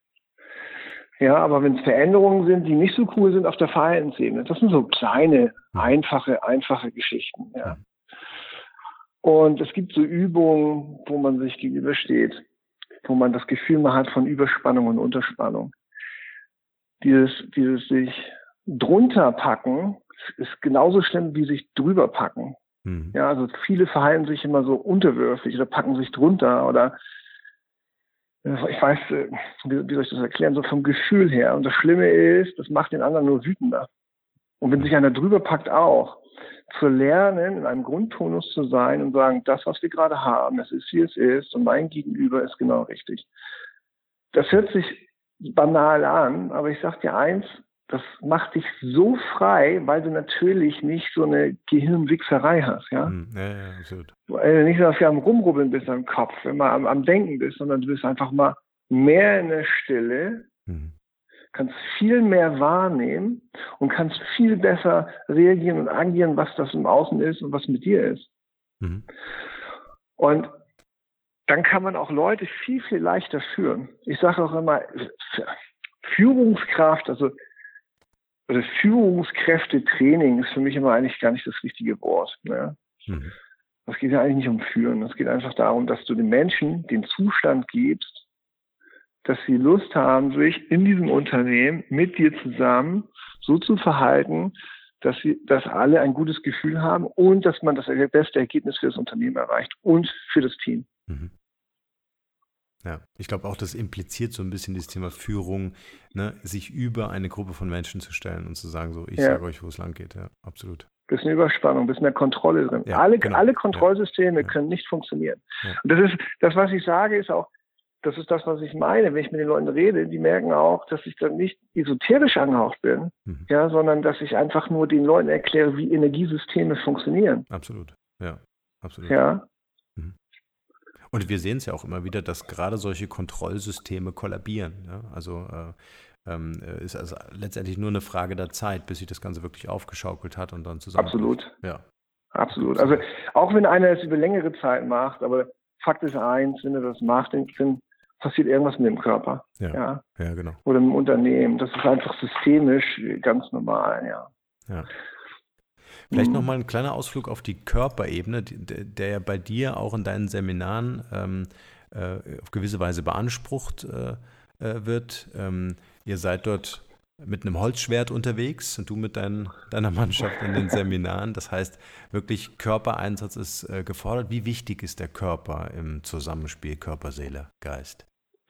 Ja, aber wenn es Veränderungen sind, die nicht so cool sind auf der Verhaltensebene, das sind so kleine, mhm. einfache, einfache Geschichten. Ja. Mhm. Und es gibt so Übungen, wo man sich gegenübersteht, wo man das Gefühl mal hat von Überspannung und Unterspannung. Dieses, dieses sich drunter packen, ist genauso schlimm wie sich drüber packen. Mhm. Ja, also viele verhalten sich immer so unterwürfig oder packen sich drunter oder ich weiß, wie soll ich das erklären, so vom Gefühl her. Und das Schlimme ist, das macht den anderen nur wütender. Und wenn sich einer drüber packt auch, zu lernen, in einem Grundtonus zu sein und sagen, das, was wir gerade haben, das ist, wie es ist und mein Gegenüber ist genau richtig. Das hört sich banal an, aber ich sag dir eins, das macht dich so frei, weil du natürlich nicht so eine Gehirnwichserei hast, ja? Ja, ja, absolut. Weil du nicht so viel am Rumrubbeln bist am Kopf, wenn du am, am Denken bist, sondern du bist einfach mal mehr in der Stille, mhm. kannst viel mehr wahrnehmen und kannst viel besser reagieren und agieren, was das im Außen ist und was mit dir ist. Mhm. Und dann kann man auch Leute viel, viel leichter führen. Ich sage auch immer, Führungskraft, also oder Führungskräftetraining ist für mich immer eigentlich gar nicht das richtige Wort. Ne? Mhm. Es geht ja eigentlich nicht um Führen. Es geht einfach darum, dass du den Menschen den Zustand gibst, dass sie Lust haben, sich in diesem Unternehmen mit dir zusammen so zu verhalten, dass sie, dass alle ein gutes Gefühl haben und dass man das beste Ergebnis für das Unternehmen erreicht und für das Team. Mhm. Ja, ich glaube auch, das impliziert so ein bisschen das Thema Führung, ne, sich über eine Gruppe von Menschen zu stellen und zu sagen, so, ich Ja. sage euch, wo es lang geht. Ja, absolut. Bisschen Überspannung, bisschen mehr Kontrolle drin. Ja, alle, genau. alle Kontrollsysteme Ja. können nicht funktionieren. Ja. Und das ist, das, was ich sage, ist auch, das ist das, was ich meine, wenn ich mit den Leuten rede, die merken auch, dass ich dann nicht esoterisch angehaucht bin, Mhm. ja, sondern dass ich einfach nur den Leuten erkläre, wie Energiesysteme funktionieren. Absolut. Ja, absolut. Ja. Und wir sehen es ja auch immer wieder, dass gerade solche Kontrollsysteme kollabieren. Ja? Also äh, ähm, ist also letztendlich nur eine Frage der Zeit, bis sich das Ganze wirklich aufgeschaukelt hat und dann zusammen. Absolut. Ja. Absolut. Also auch wenn einer es über längere Zeit macht, aber Fakt ist eins, wenn er das macht, dann passiert irgendwas mit dem Körper. Ja. Ja. Ja, genau. Oder im Unternehmen. Das ist einfach systemisch ganz normal, ja. Ja. Vielleicht Mhm. nochmal ein kleiner Ausflug auf die Körperebene, die- der der ja bei dir auch in deinen Seminaren ähm, äh, auf gewisse Weise beansprucht äh, äh, wird. Ähm, ihr seid dort mit einem Holzschwert unterwegs und du mit dein, deiner Mannschaft in den Seminaren. Das heißt, wirklich Körpereinsatz ist äh, gefordert. Wie wichtig ist der Körper im Zusammenspiel Körper, Seele, Geist?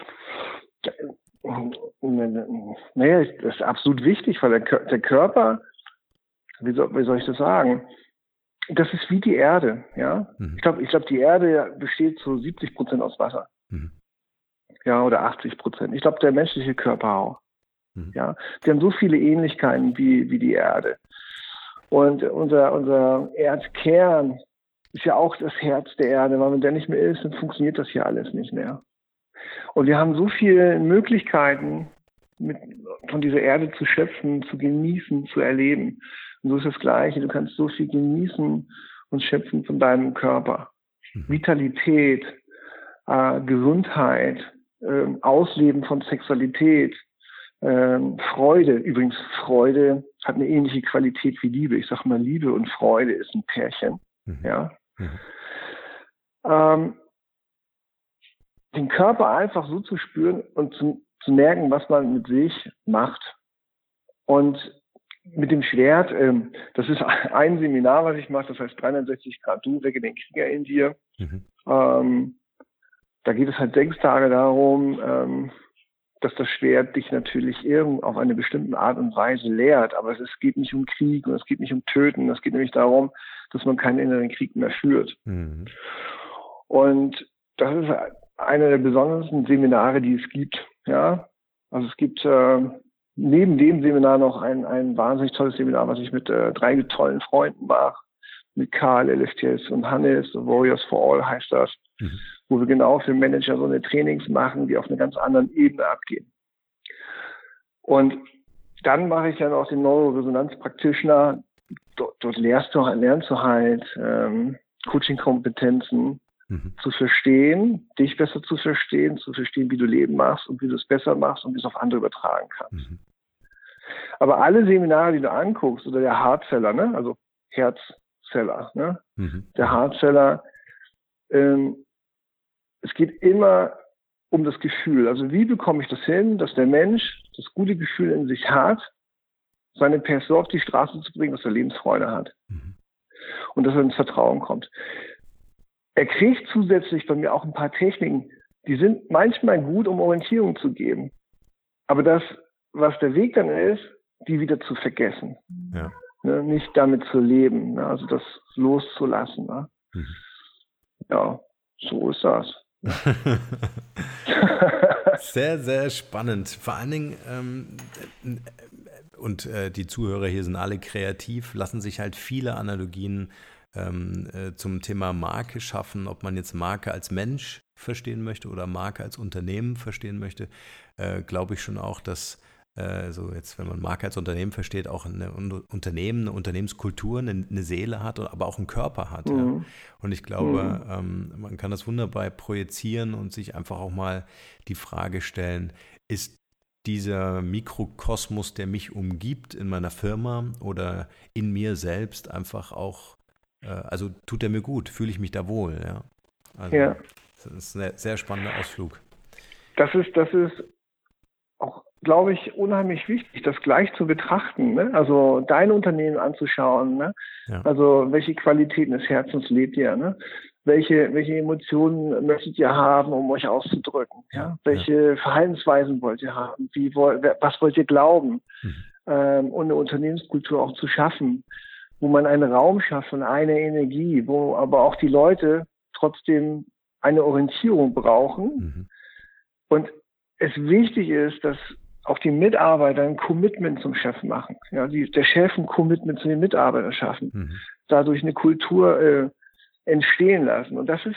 Naja, das ist absolut wichtig, weil der, Kör- der Körper, wie soll, wie soll ich das sagen? Das ist wie die Erde, ja. Mhm. Ich glaube, ich glaube, die Erde besteht zu siebzig Prozent aus Wasser. Mhm. Ja, oder achtzig Prozent. Ich glaube, der menschliche Körper auch. Mhm. Ja, wir haben so viele Ähnlichkeiten wie, wie die Erde. Und unser, unser Erdkern ist ja auch das Herz der Erde, weil wenn der nicht mehr ist, dann funktioniert das hier alles nicht mehr. Und wir haben so viele Möglichkeiten, mit, von dieser Erde zu schöpfen, zu genießen, zu erleben. Und so ist das Gleiche. Du kannst so viel genießen und schöpfen von deinem Körper. Mhm. Vitalität, äh, Gesundheit, äh, Ausleben von Sexualität, äh, Freude. Übrigens, Freude hat eine ähnliche Qualität wie Liebe. Ich sage mal, Liebe und Freude ist ein Pärchen. Mhm. Ja. Mhm. Ähm, den Körper einfach so zu spüren und zu, zu merken, was man mit sich macht. Und mit dem Schwert, ähm, das ist ein Seminar, was ich mache, das heißt dreihundertsechzig Grad Du, wecke den Krieger in dir. Mhm. Ähm, da geht es halt sechs Tage darum, ähm, dass das Schwert dich natürlich irgend auf eine bestimmte Art und Weise lehrt. Aber es, es geht nicht um Krieg und es geht nicht um Töten. Es geht nämlich darum, dass man keinen inneren Krieg mehr führt. Mhm. Und das ist eine der besondersten Seminare, die es gibt. Ja, also es gibt äh, neben dem Seminar noch ein, ein wahnsinnig tolles Seminar, was ich mit äh, drei tollen Freunden mache. Mit Karl, L F T S und Hannes, Warriors for All heißt das. Mhm. Wo wir genau für Manager so eine Trainings machen, die auf einer ganz anderen Ebene abgehen. Und dann mache ich ja noch den Neuroresonanz-Practitioner. Dort, dort lernst du, lernst du halt ähm, Coaching-Kompetenzen Mhm. zu verstehen, dich besser zu verstehen, zu verstehen, wie du Leben machst und wie du es besser machst und wie du es auf andere übertragen kannst. Mhm. Aber alle Seminare, die du anguckst, oder der Hardseller, ne, also Herzseller, ne, Mhm. der Hardseller, ähm, es geht immer um das Gefühl. Also wie bekomme ich das hin, dass der Mensch das gute Gefühl in sich hat, seine Person auf die Straße zu bringen, dass er Lebensfreude hat. Mhm. Und dass er ins Vertrauen kommt. Er kriegt zusätzlich bei mir auch ein paar Techniken, die sind manchmal gut, um Orientierung zu geben. Aber das, was der Weg dann ist, die wieder zu vergessen. Ja. Ne, nicht damit zu leben, ne, also das loszulassen. Ne. Mhm. Ja, so ist das. Sehr, sehr spannend. Vor allen Dingen, ähm, und äh, die Zuhörer hier sind alle kreativ, lassen sich halt viele Analogien ähm, äh, zum Thema Marke schaffen, ob man jetzt Marke als Mensch verstehen möchte oder Marke als Unternehmen verstehen möchte, äh, glaube ich schon auch, dass äh, so jetzt, wenn man Marke als Unternehmen versteht, auch ein Unternehmen, eine Unternehmenskultur, eine, eine Seele hat, aber auch einen Körper hat. Mhm. Ja. Und ich glaube, mhm. ähm, man kann das wunderbar projizieren und sich einfach auch mal die Frage stellen, ist dieser Mikrokosmos, der mich umgibt in meiner Firma oder in mir selbst einfach auch, äh, also tut er mir gut, fühle ich mich da wohl, ja. Also, ja. Das ist ein sehr spannender Ausflug. das ist, das ist auch, glaube ich, unheimlich wichtig, das gleich zu betrachten, ne? Also dein Unternehmen anzuschauen, ne? Ja. Also welche Qualitäten des Herzens lebt ihr, ne? Welche, welche Emotionen möchtet ihr haben, um euch auszudrücken? Ja? Ja. Welche Verhaltensweisen wollt ihr haben? Wie wollt, was wollt ihr glauben? Mhm. Ähm, und eine Unternehmenskultur auch zu schaffen, wo man einen Raum schafft und eine Energie, wo aber auch die Leute trotzdem eine Orientierung brauchen. Mhm. Und es wichtig ist, dass auch die Mitarbeiter ein Commitment zum Chef machen. Ja, die, der Chef ein Commitment zu den Mitarbeitern schaffen. Mhm. Dadurch eine Kultur äh, entstehen lassen. Und das ist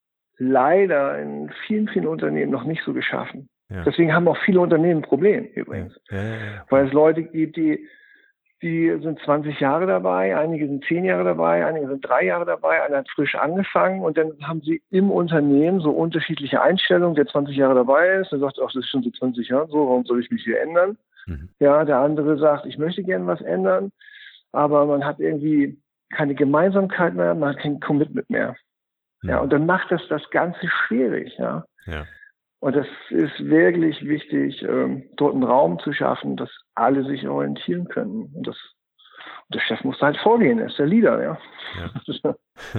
leider in vielen, vielen Unternehmen noch nicht so geschaffen. Ja. Deswegen haben auch viele Unternehmen ein Problem übrigens. Ja. Ja, ja, ja. Weil es Leute gibt, die, die sind zwanzig Jahre dabei, einige sind zehn Jahre dabei, einige sind drei Jahre dabei, einer hat frisch angefangen und dann haben sie im Unternehmen so unterschiedliche Einstellungen. Der zwanzig Jahre dabei ist, der sagt, ach, das ist schon seit zwanzig Jahren so, warum soll ich mich hier ändern? Mhm. Ja, der andere sagt, ich möchte gerne was ändern, aber man hat irgendwie keine Gemeinsamkeit mehr, man hat kein Commitment mehr. Mhm. Ja, und dann macht das das Ganze schwierig, ja. Ja. Und das ist wirklich wichtig, ähm, dort einen Raum zu schaffen, dass alle sich orientieren können. Und, das, und der Chef muss halt vorgehen, er ist der Leader, ja. Ja.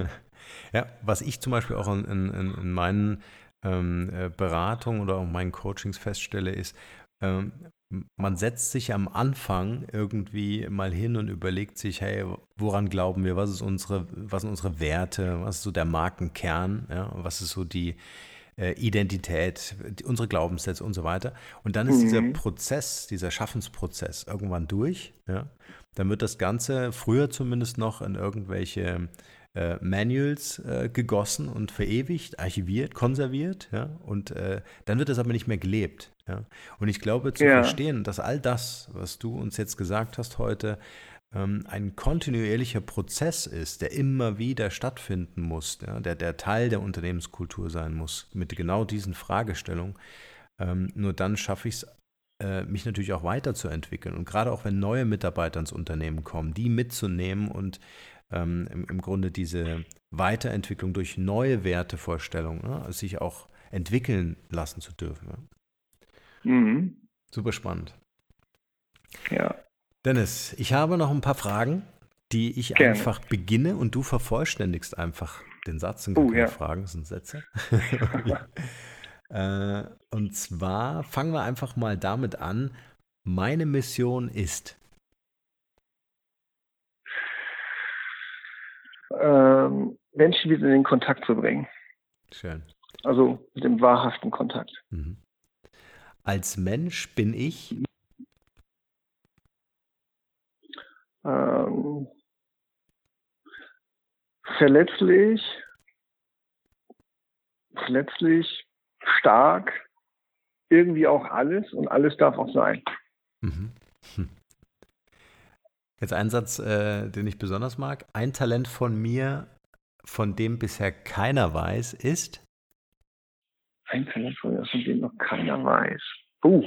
Ja, was ich zum Beispiel auch in, in, in meinen ähm, Beratungen oder auch meinen Coachings feststelle, ist, ähm, man setzt sich am Anfang irgendwie mal hin und überlegt sich, hey, woran glauben wir, was ist unsere, was sind unsere Werte, was ist so der Markenkern, ja, was ist so die äh, Identität, die, unsere Glaubenssätze und so weiter. Und dann ist Mhm. dieser Prozess, dieser Schaffensprozess irgendwann durch, ja. Dann wird das Ganze früher zumindest noch in irgendwelche äh, Manuals äh, gegossen und verewigt, archiviert, konserviert, ja, und äh, dann wird das aber nicht mehr gelebt, ja. Und ich glaube, zu Ja. verstehen, dass all das, was du uns jetzt gesagt hast heute, ähm, ein kontinuierlicher Prozess ist, der immer wieder stattfinden muss, ja, der, der Teil der Unternehmenskultur sein muss, mit genau diesen Fragestellungen. Ähm, nur dann schaffe ich es, äh, mich natürlich auch weiterzuentwickeln. Und gerade auch wenn neue Mitarbeiter ins Unternehmen kommen, die mitzunehmen und ähm, im, im Grunde diese Weiterentwicklung durch neue Wertevorstellungen, ne, sich auch entwickeln lassen zu dürfen. Ja. Mhm. Super spannend. Ja. Dennis, ich habe noch ein paar Fragen, die ich Gerne. einfach beginne und du vervollständigst einfach den Satz. Sind gar Oh, keine ja. Fragen, das sind Sätze. äh, und zwar fangen wir einfach mal damit an. Meine Mission ist. Ähm, Menschen wieder in den Kontakt zu bringen. Schön. Also mit dem wahrhaften Kontakt. Mhm. Als Mensch bin ich. Ähm, verletzlich, verletzlich, stark, irgendwie auch alles und alles darf auch sein. Mhm. Hm. Jetzt ein Satz, äh, den ich besonders mag. Ein Talent von mir, von dem bisher keiner weiß, ist. Ein Talent von mir, von dem noch keiner weiß. Uh.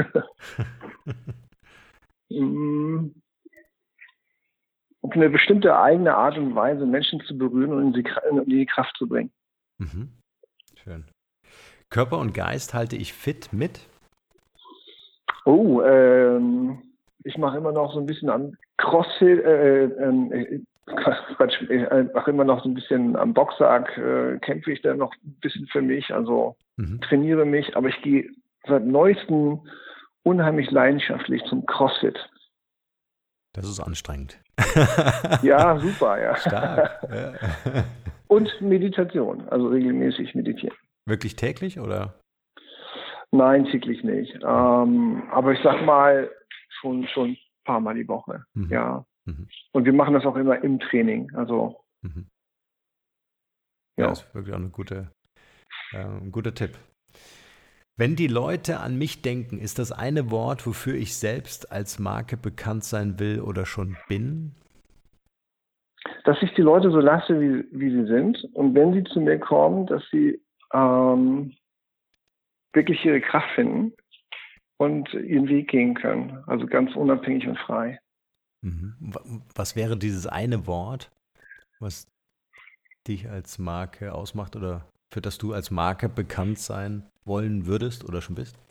Mm. Auf eine bestimmte eigene Art und Weise Menschen zu berühren und in die, in die Kraft zu bringen. Mhm. Schön. Körper und Geist halte ich fit mit. Oh, ähm, ich mache immer noch so ein bisschen an Crossfit, äh, äh, Quatsch, äh, mache immer noch so ein bisschen am Boxsack, äh, kämpfe ich da noch ein bisschen für mich, also Mhm. trainiere mich, aber ich gehe seit neuestem unheimlich leidenschaftlich zum Crossfit. Das ist anstrengend. Ja, super, ja. Stark. Ja. Und Meditation, also regelmäßig meditieren. Wirklich täglich oder? Nein, täglich nicht. Ähm, aber ich sag mal, schon, schon ein paar Mal die Woche. Mhm. Ja. Mhm. Und wir machen das auch immer im Training. Also, Mhm. Ja, ja. das ist wirklich auch eine gute, äh, ein guter Tipp. Wenn die Leute an mich denken, ist das eine Wort, wofür ich selbst als Marke bekannt sein will oder schon bin? Dass ich die Leute so lasse, wie, wie sie sind. Und wenn sie zu mir kommen, dass sie ähm, wirklich ihre Kraft finden und ihren Weg gehen können. Also ganz unabhängig und frei. Mhm. Was wäre dieses eine Wort, was dich als Marke ausmacht oder für das du als Marke bekannt sein wollen würdest oder schon bist?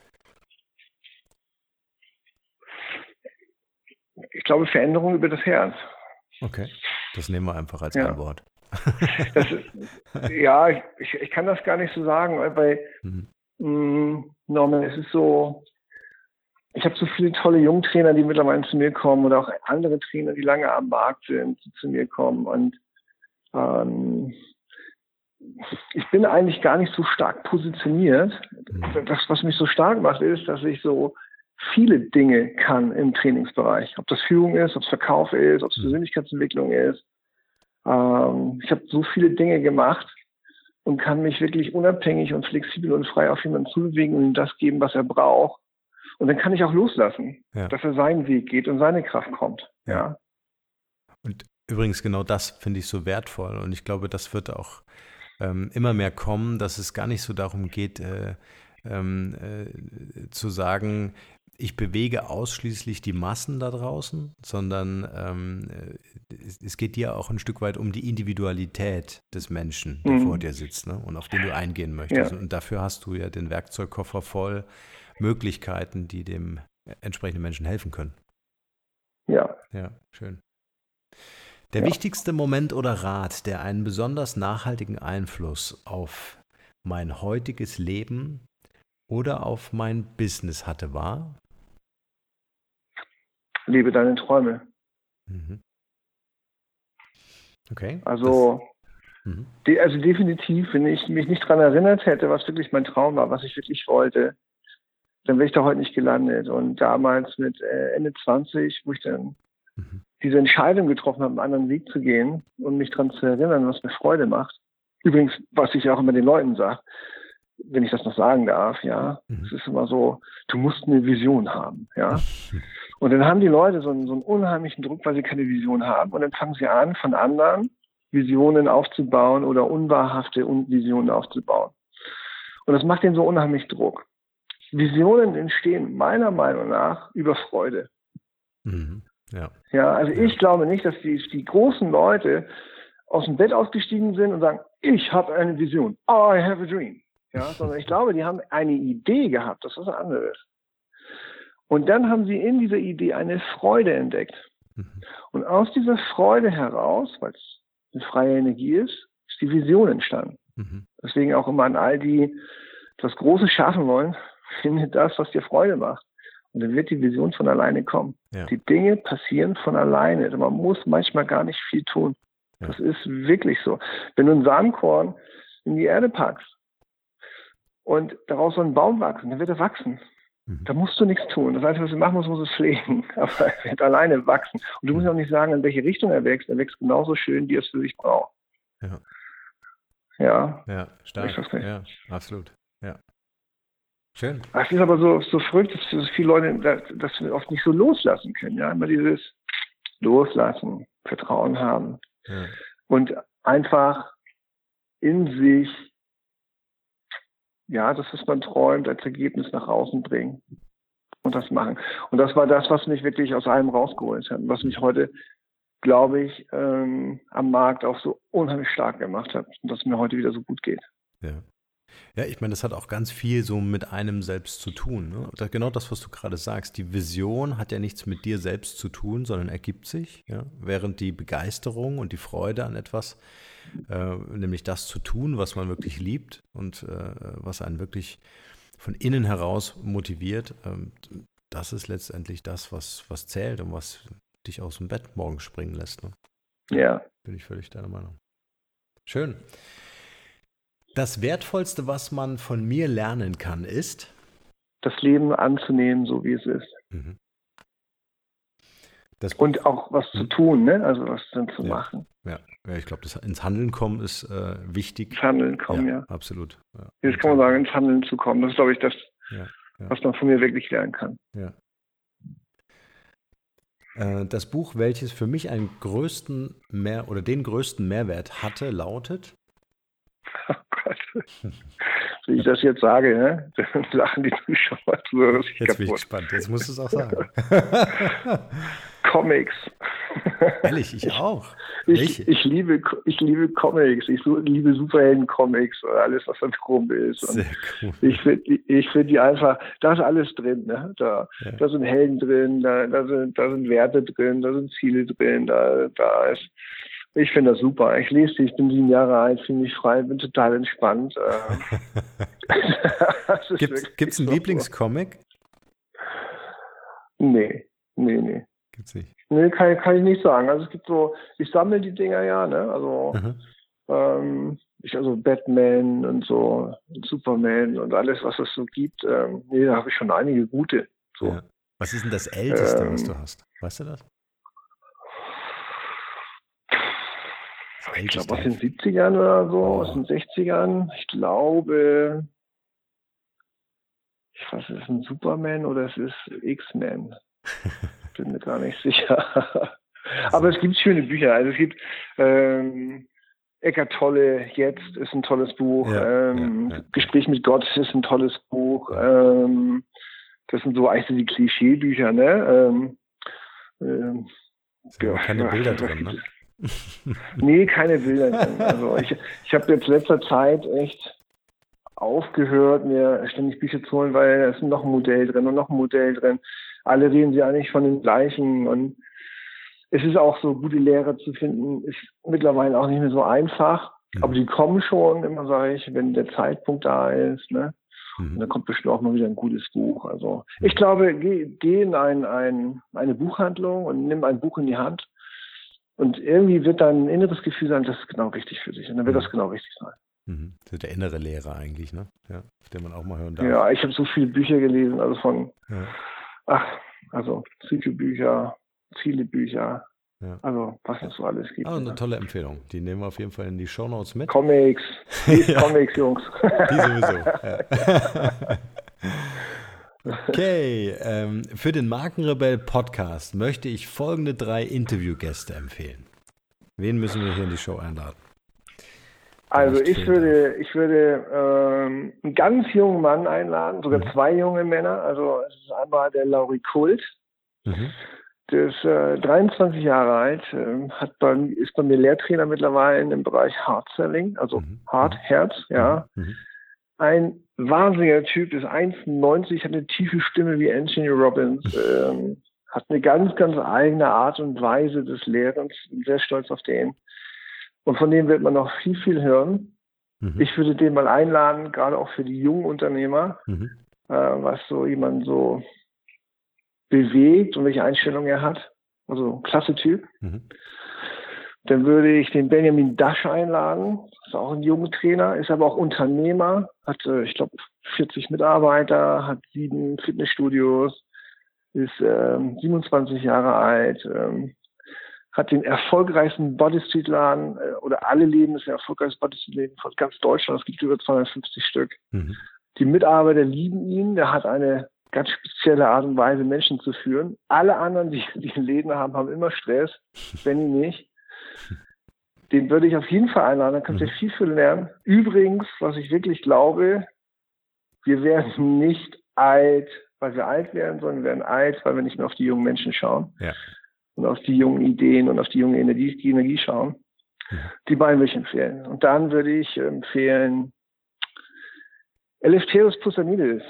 Ich glaube, Veränderung über das Herz. Okay, das nehmen wir einfach als Ja. Antwort. Das ist, ja, ich, ich kann das gar nicht so sagen, weil Mhm. mh, Norman, es ist so, ich habe so viele tolle Jungtrainer, die mittlerweile zu mir kommen oder auch andere Trainer, die lange am Markt sind, die zu mir kommen und ähm, ich bin eigentlich gar nicht so stark positioniert. Mhm. Das, was mich so stark macht, ist, dass ich so viele Dinge kann im Trainingsbereich. Ob das Führung ist, ob es Verkauf ist, ob es Mhm. Persönlichkeitsentwicklung ist. Ähm, ich habe so viele Dinge gemacht und kann mich wirklich unabhängig und flexibel und frei auf jemanden zubewegen und ihm das geben, was er braucht. Und dann kann ich auch loslassen, Ja. dass er seinen Weg geht und seine Kraft kommt. Ja. Ja. Und übrigens genau das finde ich so wertvoll und ich glaube, das wird auch ähm, immer mehr kommen, dass es gar nicht so darum geht, äh, ähm, äh, zu sagen, ich bewege ausschließlich die Massen da draußen, sondern ähm, äh, es, es geht dir auch ein Stück weit um die Individualität des Menschen, der Mhm. vor dir sitzt, ne? Und auf den du eingehen möchtest. Ja. Und dafür hast du ja den Werkzeugkoffer voll Möglichkeiten, die dem entsprechenden Menschen helfen können. Ja. Ja, schön. Der Ja. wichtigste Moment oder Rat, der einen besonders nachhaltigen Einfluss auf mein heutiges Leben oder auf mein Business hatte, war? Lebe deine Träume. Mhm. Okay. Also, das, mhm. de, also definitiv, wenn ich mich nicht daran erinnert hätte, was wirklich mein Traum war, was ich wirklich wollte, dann wäre ich da heute nicht gelandet. Und damals mit äh, Ende zwanzig, wo ich dann Mhm. diese Entscheidung getroffen habe, einen anderen Weg zu gehen und mich daran zu erinnern, was mir Freude macht. Übrigens, was ich auch immer den Leuten sage, wenn ich das noch sagen darf, ja, Mhm. es ist immer so, du musst eine Vision haben, ja. Mhm. Und dann haben die Leute so einen, so einen unheimlichen Druck, weil sie keine Vision haben. Und dann fangen sie an, von anderen Visionen aufzubauen oder unwahrhafte Visionen aufzubauen. Und das macht denen so unheimlich Druck. Visionen entstehen meiner Meinung nach über Freude. Mhm. Ja. Ja, also Ja. ich glaube nicht, dass die, die großen Leute aus dem Bett ausgestiegen sind und sagen, ich habe eine Vision, I have a dream. Ja, sondern ich glaube, die haben eine Idee gehabt, das ist was anderes. Und dann haben sie in dieser Idee eine Freude entdeckt. Mhm. Und aus dieser Freude heraus, weil es eine freie Energie ist, ist die Vision entstanden. Mhm. Deswegen auch immer an all die, die was Großes schaffen wollen, finde das, was dir Freude macht. Und dann wird die Vision von alleine kommen. Ja. Die Dinge passieren von alleine. Man muss manchmal gar nicht viel tun. Ja. Das ist wirklich so. Wenn du ein Samenkorn in die Erde packst und daraus soll ein Baum wachsen, dann wird er wachsen. Mhm. Da musst du nichts tun. Das Einzige, was du machen musst, musst du es pflegen. Aber er wird alleine wachsen. Und du musst auch nicht sagen, in welche Richtung er wächst. Er wächst genauso schön, wie er es für sich braucht. Ja. Ja. Ja, stark. Ich weiß nicht. Ja, absolut. Ja. Schön. Es ist aber so, so verrückt, dass so viele Leute das, das wir oft nicht so loslassen können. Ja, immer dieses Loslassen, Vertrauen haben Ja. und einfach in sich, ja, das, was man träumt, als Ergebnis nach außen bringen und das machen. Und das war das, was mich wirklich aus allem rausgeholt hat, was mich heute, glaube ich, ähm, am Markt auch so unheimlich stark gemacht hat und dass es mir heute wieder so gut geht. Ja. Ja, ich meine, das hat auch ganz viel so mit einem selbst zu tun. Ne? Das, genau das, was du gerade sagst. Die Vision hat ja nichts mit dir selbst zu tun, sondern ergibt sich. Ja? Während die Begeisterung und die Freude an etwas, äh, nämlich das zu tun, was man wirklich liebt und äh, was einen wirklich von innen heraus motiviert, ähm, das ist letztendlich das, was, was zählt und was dich aus dem Bett morgens springen lässt. Ne? Ja. Bin ich völlig deiner Meinung. Schön. Das Wertvollste, was man von mir lernen kann, ist? Das Leben anzunehmen, so wie es ist. Mhm. Das Und auch was zu tun, ne? Also was dann zu ja. machen. Ja, ja, ich glaube, das ins Handeln kommen ist äh, wichtig. Ins Handeln kommen, ja. ja. Absolut. Ja. Jetzt kann man sagen, ins Handeln zu kommen. Das ist, glaube ich, das, ja, ja. was man von mir wirklich lernen kann. Ja. Äh, das Buch, welches für mich einen größten Mehr oder den größten Mehrwert hatte, lautet? Oh Gott. Wenn ich das jetzt sage, ne? Dann lachen die Zuschauer. Jetzt bin ich gespannt. Jetzt musst du es auch sagen. Comics. Ehrlich, ich auch. Ich, ich, liebe, ich liebe Comics, ich so, liebe Superhelden-Comics und alles, was da drum ist. Und sehr cool. Ich finde ich find die einfach, da ist alles drin. Ne? Da, ja. da sind Helden drin, da, da, sind, da sind Werte drin, da sind Ziele drin, da, da ist. Ich finde das super. Ich lese die, ich bin sieben Jahre alt, fühle mich frei, bin total entspannt. Gibt es einen Lieblingscomic? Nee, nee, nee. Gibt's nicht. Nee, kann, kann ich nicht sagen. Also es gibt so, ich sammle die Dinger ja, ne? Also, ähm, ich, also Batman und so, und Superman und alles, was es so gibt. Ähm, nee, da habe ich schon einige gute. So. Ja. Was ist denn das Älteste, ähm, was du hast? Weißt du das? das ich glaube aus den siebzigern oder so, oh. aus den sechzigern. Ich glaube, ich weiß, es ist ein Superman oder es ist X-Men. Bin mir gar nicht sicher. Aber es gibt schöne Bücher. Also es gibt ähm, Eckart Tolle, Jetzt ist ein tolles Buch. Ja, ähm, ja, ja. Gespräch mit Gott ist ein tolles Buch. Ähm, das sind so eigentlich so die Klischeebücher, ne? Ähm, ähm, ja, keine ja, Bilder drin, ne? Nee, keine Bilder drin. Also ich, ich habe jetzt letzter Zeit echt aufgehört, mir ständig Bücher zu holen, weil da ist noch ein Modell drin und noch ein Modell drin. Alle reden sie eigentlich von den gleichen und es ist auch so, gute Lehrer zu finden, ist mittlerweile auch nicht mehr so einfach, mhm. aber die kommen schon, immer sage ich, wenn der Zeitpunkt da ist, ne? Mhm. Und dann kommt bestimmt auch mal wieder ein gutes Buch. Also mhm. ich glaube, geh, geh in ein, ein, eine Buchhandlung und nimm ein Buch in die Hand und irgendwie wird dann ein inneres Gefühl sein, das ist genau richtig für dich und dann wird mhm. das genau richtig sein. Mhm. Das ist der innere Lehrer eigentlich, ne? Ja, auf den man auch mal hören darf. Ja, ich habe so viele Bücher gelesen, also von ja. Ach, also Psychobücher, viele Bücher, ja. also was es so alles gibt. Ah, eine tolle Empfehlung. Die nehmen wir auf jeden Fall in die Shownotes mit. Comics, die ja. Comics, Jungs. Die sowieso. Ja. Okay, ähm, für den Markenrebell Podcast möchte ich folgende drei Interviewgäste empfehlen. Wen müssen wir hier in die Show einladen? Also ich würde, ich würde ähm, einen ganz jungen Mann einladen, sogar mhm. zwei junge Männer. Also es ist einmal der Lauri Kult, mhm. der ist äh, dreiundzwanzig Jahre alt, äh, hat bei, ist bei mir Lehrtrainer mittlerweile im Bereich Hard Selling, also mhm. Hard, Herz, ja. Mhm. Ein wahnsinniger Typ, ist eins neunzig, hat eine tiefe Stimme wie Anthony Robbins, ähm, hat eine ganz, ganz eigene Art und Weise des Lehrens, bin sehr stolz auf den. Und von dem wird man noch viel, viel hören. Mhm. Ich würde den mal einladen, gerade auch für die jungen Unternehmer, mhm. äh, was so jemand so bewegt und welche Einstellung er hat. Also klasse Typ. Mhm. Dann würde ich den Benjamin Dasch einladen. Ist auch ein junger Trainer, ist aber auch Unternehmer, hat, äh, ich glaube, vierzig Mitarbeiter, hat sieben Fitnessstudios, ist ähm, siebenundzwanzig Jahre alt, ähm, hat den erfolgreichsten Bodystreet-Laden äh, oder alle Läden, ist der erfolgreichste Bodystreet-Läden von ganz Deutschland. Es gibt über zweihundertfünfzig Stück. Mhm. Die Mitarbeiter lieben ihn. Der hat eine ganz spezielle Art und Weise, Menschen zu führen. Alle anderen, die, die Läden haben, haben immer Stress. Benny nicht. Den würde ich auf jeden Fall einladen. Da könnt ihr mhm. viel, viel lernen. Übrigens, was ich wirklich glaube, wir werden nicht alt, weil wir alt werden, sondern wir werden alt, weil wir nicht mehr auf die jungen Menschen schauen. Ja. Und auf die jungen Ideen und auf die junge Energie, die Energie schauen. Ja. Die beiden würde ich empfehlen. Und dann würde ich empfehlen Eleftherios Poussanidis.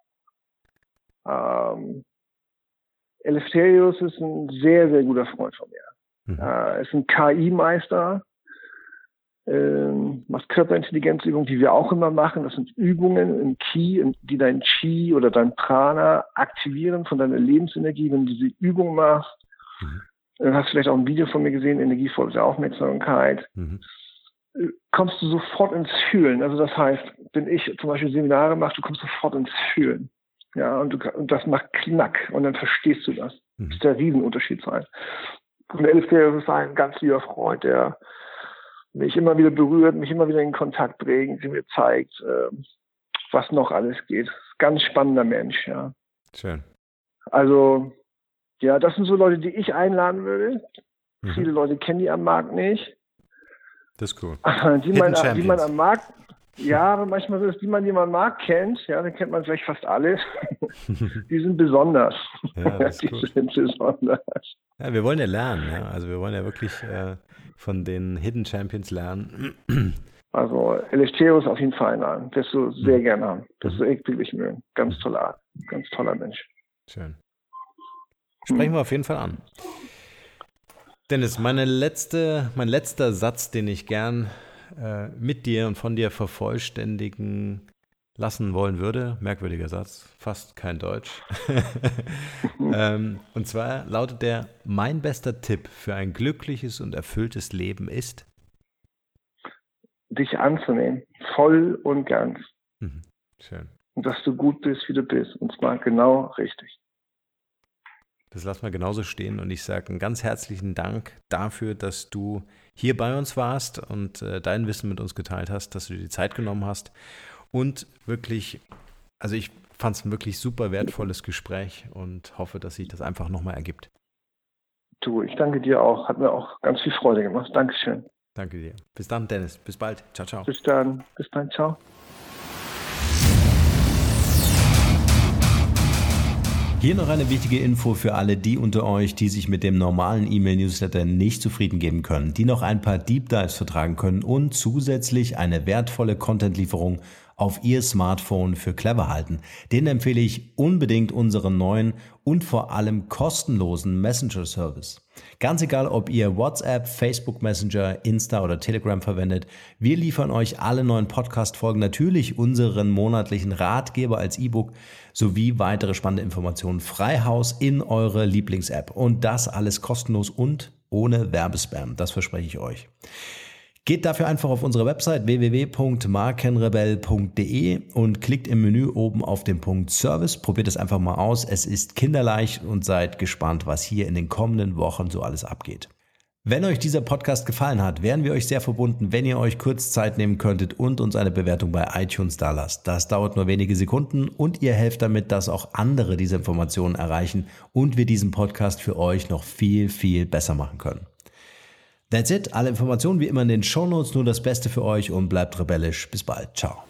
Ähm, Eleftherios ist ein sehr, sehr guter Freund von mir. Mhm. Er ist ein K I-Meister, ähm, macht Körperintelligenzübungen, die wir auch immer machen. Das sind Übungen im Ki, die dein Chi oder dein Prana aktivieren von deiner Lebensenergie. Wenn du diese Übung machst, mhm. dann hast du vielleicht auch ein Video von mir gesehen, energievolle Aufmerksamkeit. Mhm. Kommst du sofort ins Fühlen. Also das heißt, wenn ich zum Beispiel Seminare mache, du kommst sofort ins Fühlen. Ja, und, du, und das macht Knack und dann verstehst du das. Mhm. Das ist der Riesenunterschied sein. Und Eleftherios ist ein ganz lieber Freund, der mich immer wieder berührt, mich immer wieder in Kontakt bringt, der mir zeigt, äh, was noch alles geht. Ganz spannender Mensch, ja. Schön. Also, ja, das sind so Leute, die ich einladen würde. Mhm. Viele Leute kennen die am Markt nicht. Das ist cool. Die man, die man am Markt, Ja, aber manchmal ist es, die man, die man mag, kennt, ja, dann kennt man vielleicht fast alle. Die sind besonders. Ja, das ist die gut. sind besonders. Ja, wir wollen ja lernen, ja. Also wir wollen ja wirklich äh, von den Hidden Champions lernen. Also Eleftherios auf jeden Fall ein. Wirst du sehr gerne haben. Wirst du echt wirklich mögen. Ganz toller Art. Ganz toller Mensch. Schön. Sprechen wir auf jeden Fall an. Dennis, meine letzte, mein letzter Satz, den ich gern äh, mit dir und von dir vervollständigen lassen wollen würde, merkwürdiger Satz, fast kein Deutsch. ähm, und zwar lautet der: Mein bester Tipp für ein glückliches und erfülltes Leben ist? Dich anzunehmen, voll und ganz. Mhm. Schön. Und dass du gut bist, wie du bist. Und zwar genau richtig. Das lassen wir genauso stehen und ich sage einen ganz herzlichen Dank dafür, dass du hier bei uns warst und äh, dein Wissen mit uns geteilt hast, dass du dir die Zeit genommen hast und wirklich, also ich fand es ein wirklich super wertvolles Gespräch und hoffe, dass sich das einfach nochmal ergibt. Du, ich danke dir auch. Hat mir auch ganz viel Freude gemacht. Dankeschön. Danke dir. Bis dann, Dennis. Bis bald. Ciao, ciao. Bis dann. Bis dann. Ciao. Hier noch eine wichtige Info für alle die unter euch, die sich mit dem normalen E-Mail-Newsletter nicht zufrieden geben können, die noch ein paar Deep Dives vertragen können und zusätzlich eine wertvolle Content-Lieferung auf ihr Smartphone für clever halten. Denen empfehle ich unbedingt unseren neuen und vor allem kostenlosen Messenger-Service. Ganz egal, ob ihr WhatsApp, Facebook Messenger, Insta oder Telegram verwendet, wir liefern euch alle neuen Podcast-Folgen, natürlich unseren monatlichen Ratgeber als E-Book sowie weitere spannende Informationen frei Haus in eure Lieblings-App. Und das alles kostenlos und ohne Werbespam, das verspreche ich euch. Geht dafür einfach auf unsere Website w w w punkt markenrebell punkt d e und klickt im Menü oben auf den Punkt Service. Probiert es einfach mal aus. Es ist kinderleicht und seid gespannt, was hier in den kommenden Wochen so alles abgeht. Wenn euch dieser Podcast gefallen hat, wären wir euch sehr verbunden, wenn ihr euch kurz Zeit nehmen könntet und uns eine Bewertung bei iTunes dalasst. Das dauert nur wenige Sekunden und ihr helft damit, dass auch andere diese Informationen erreichen und wir diesen Podcast für euch noch viel, viel besser machen können. That's it. Alle Informationen wie immer in den Shownotes. Nur das Beste für euch und bleibt rebellisch. Bis bald. Ciao.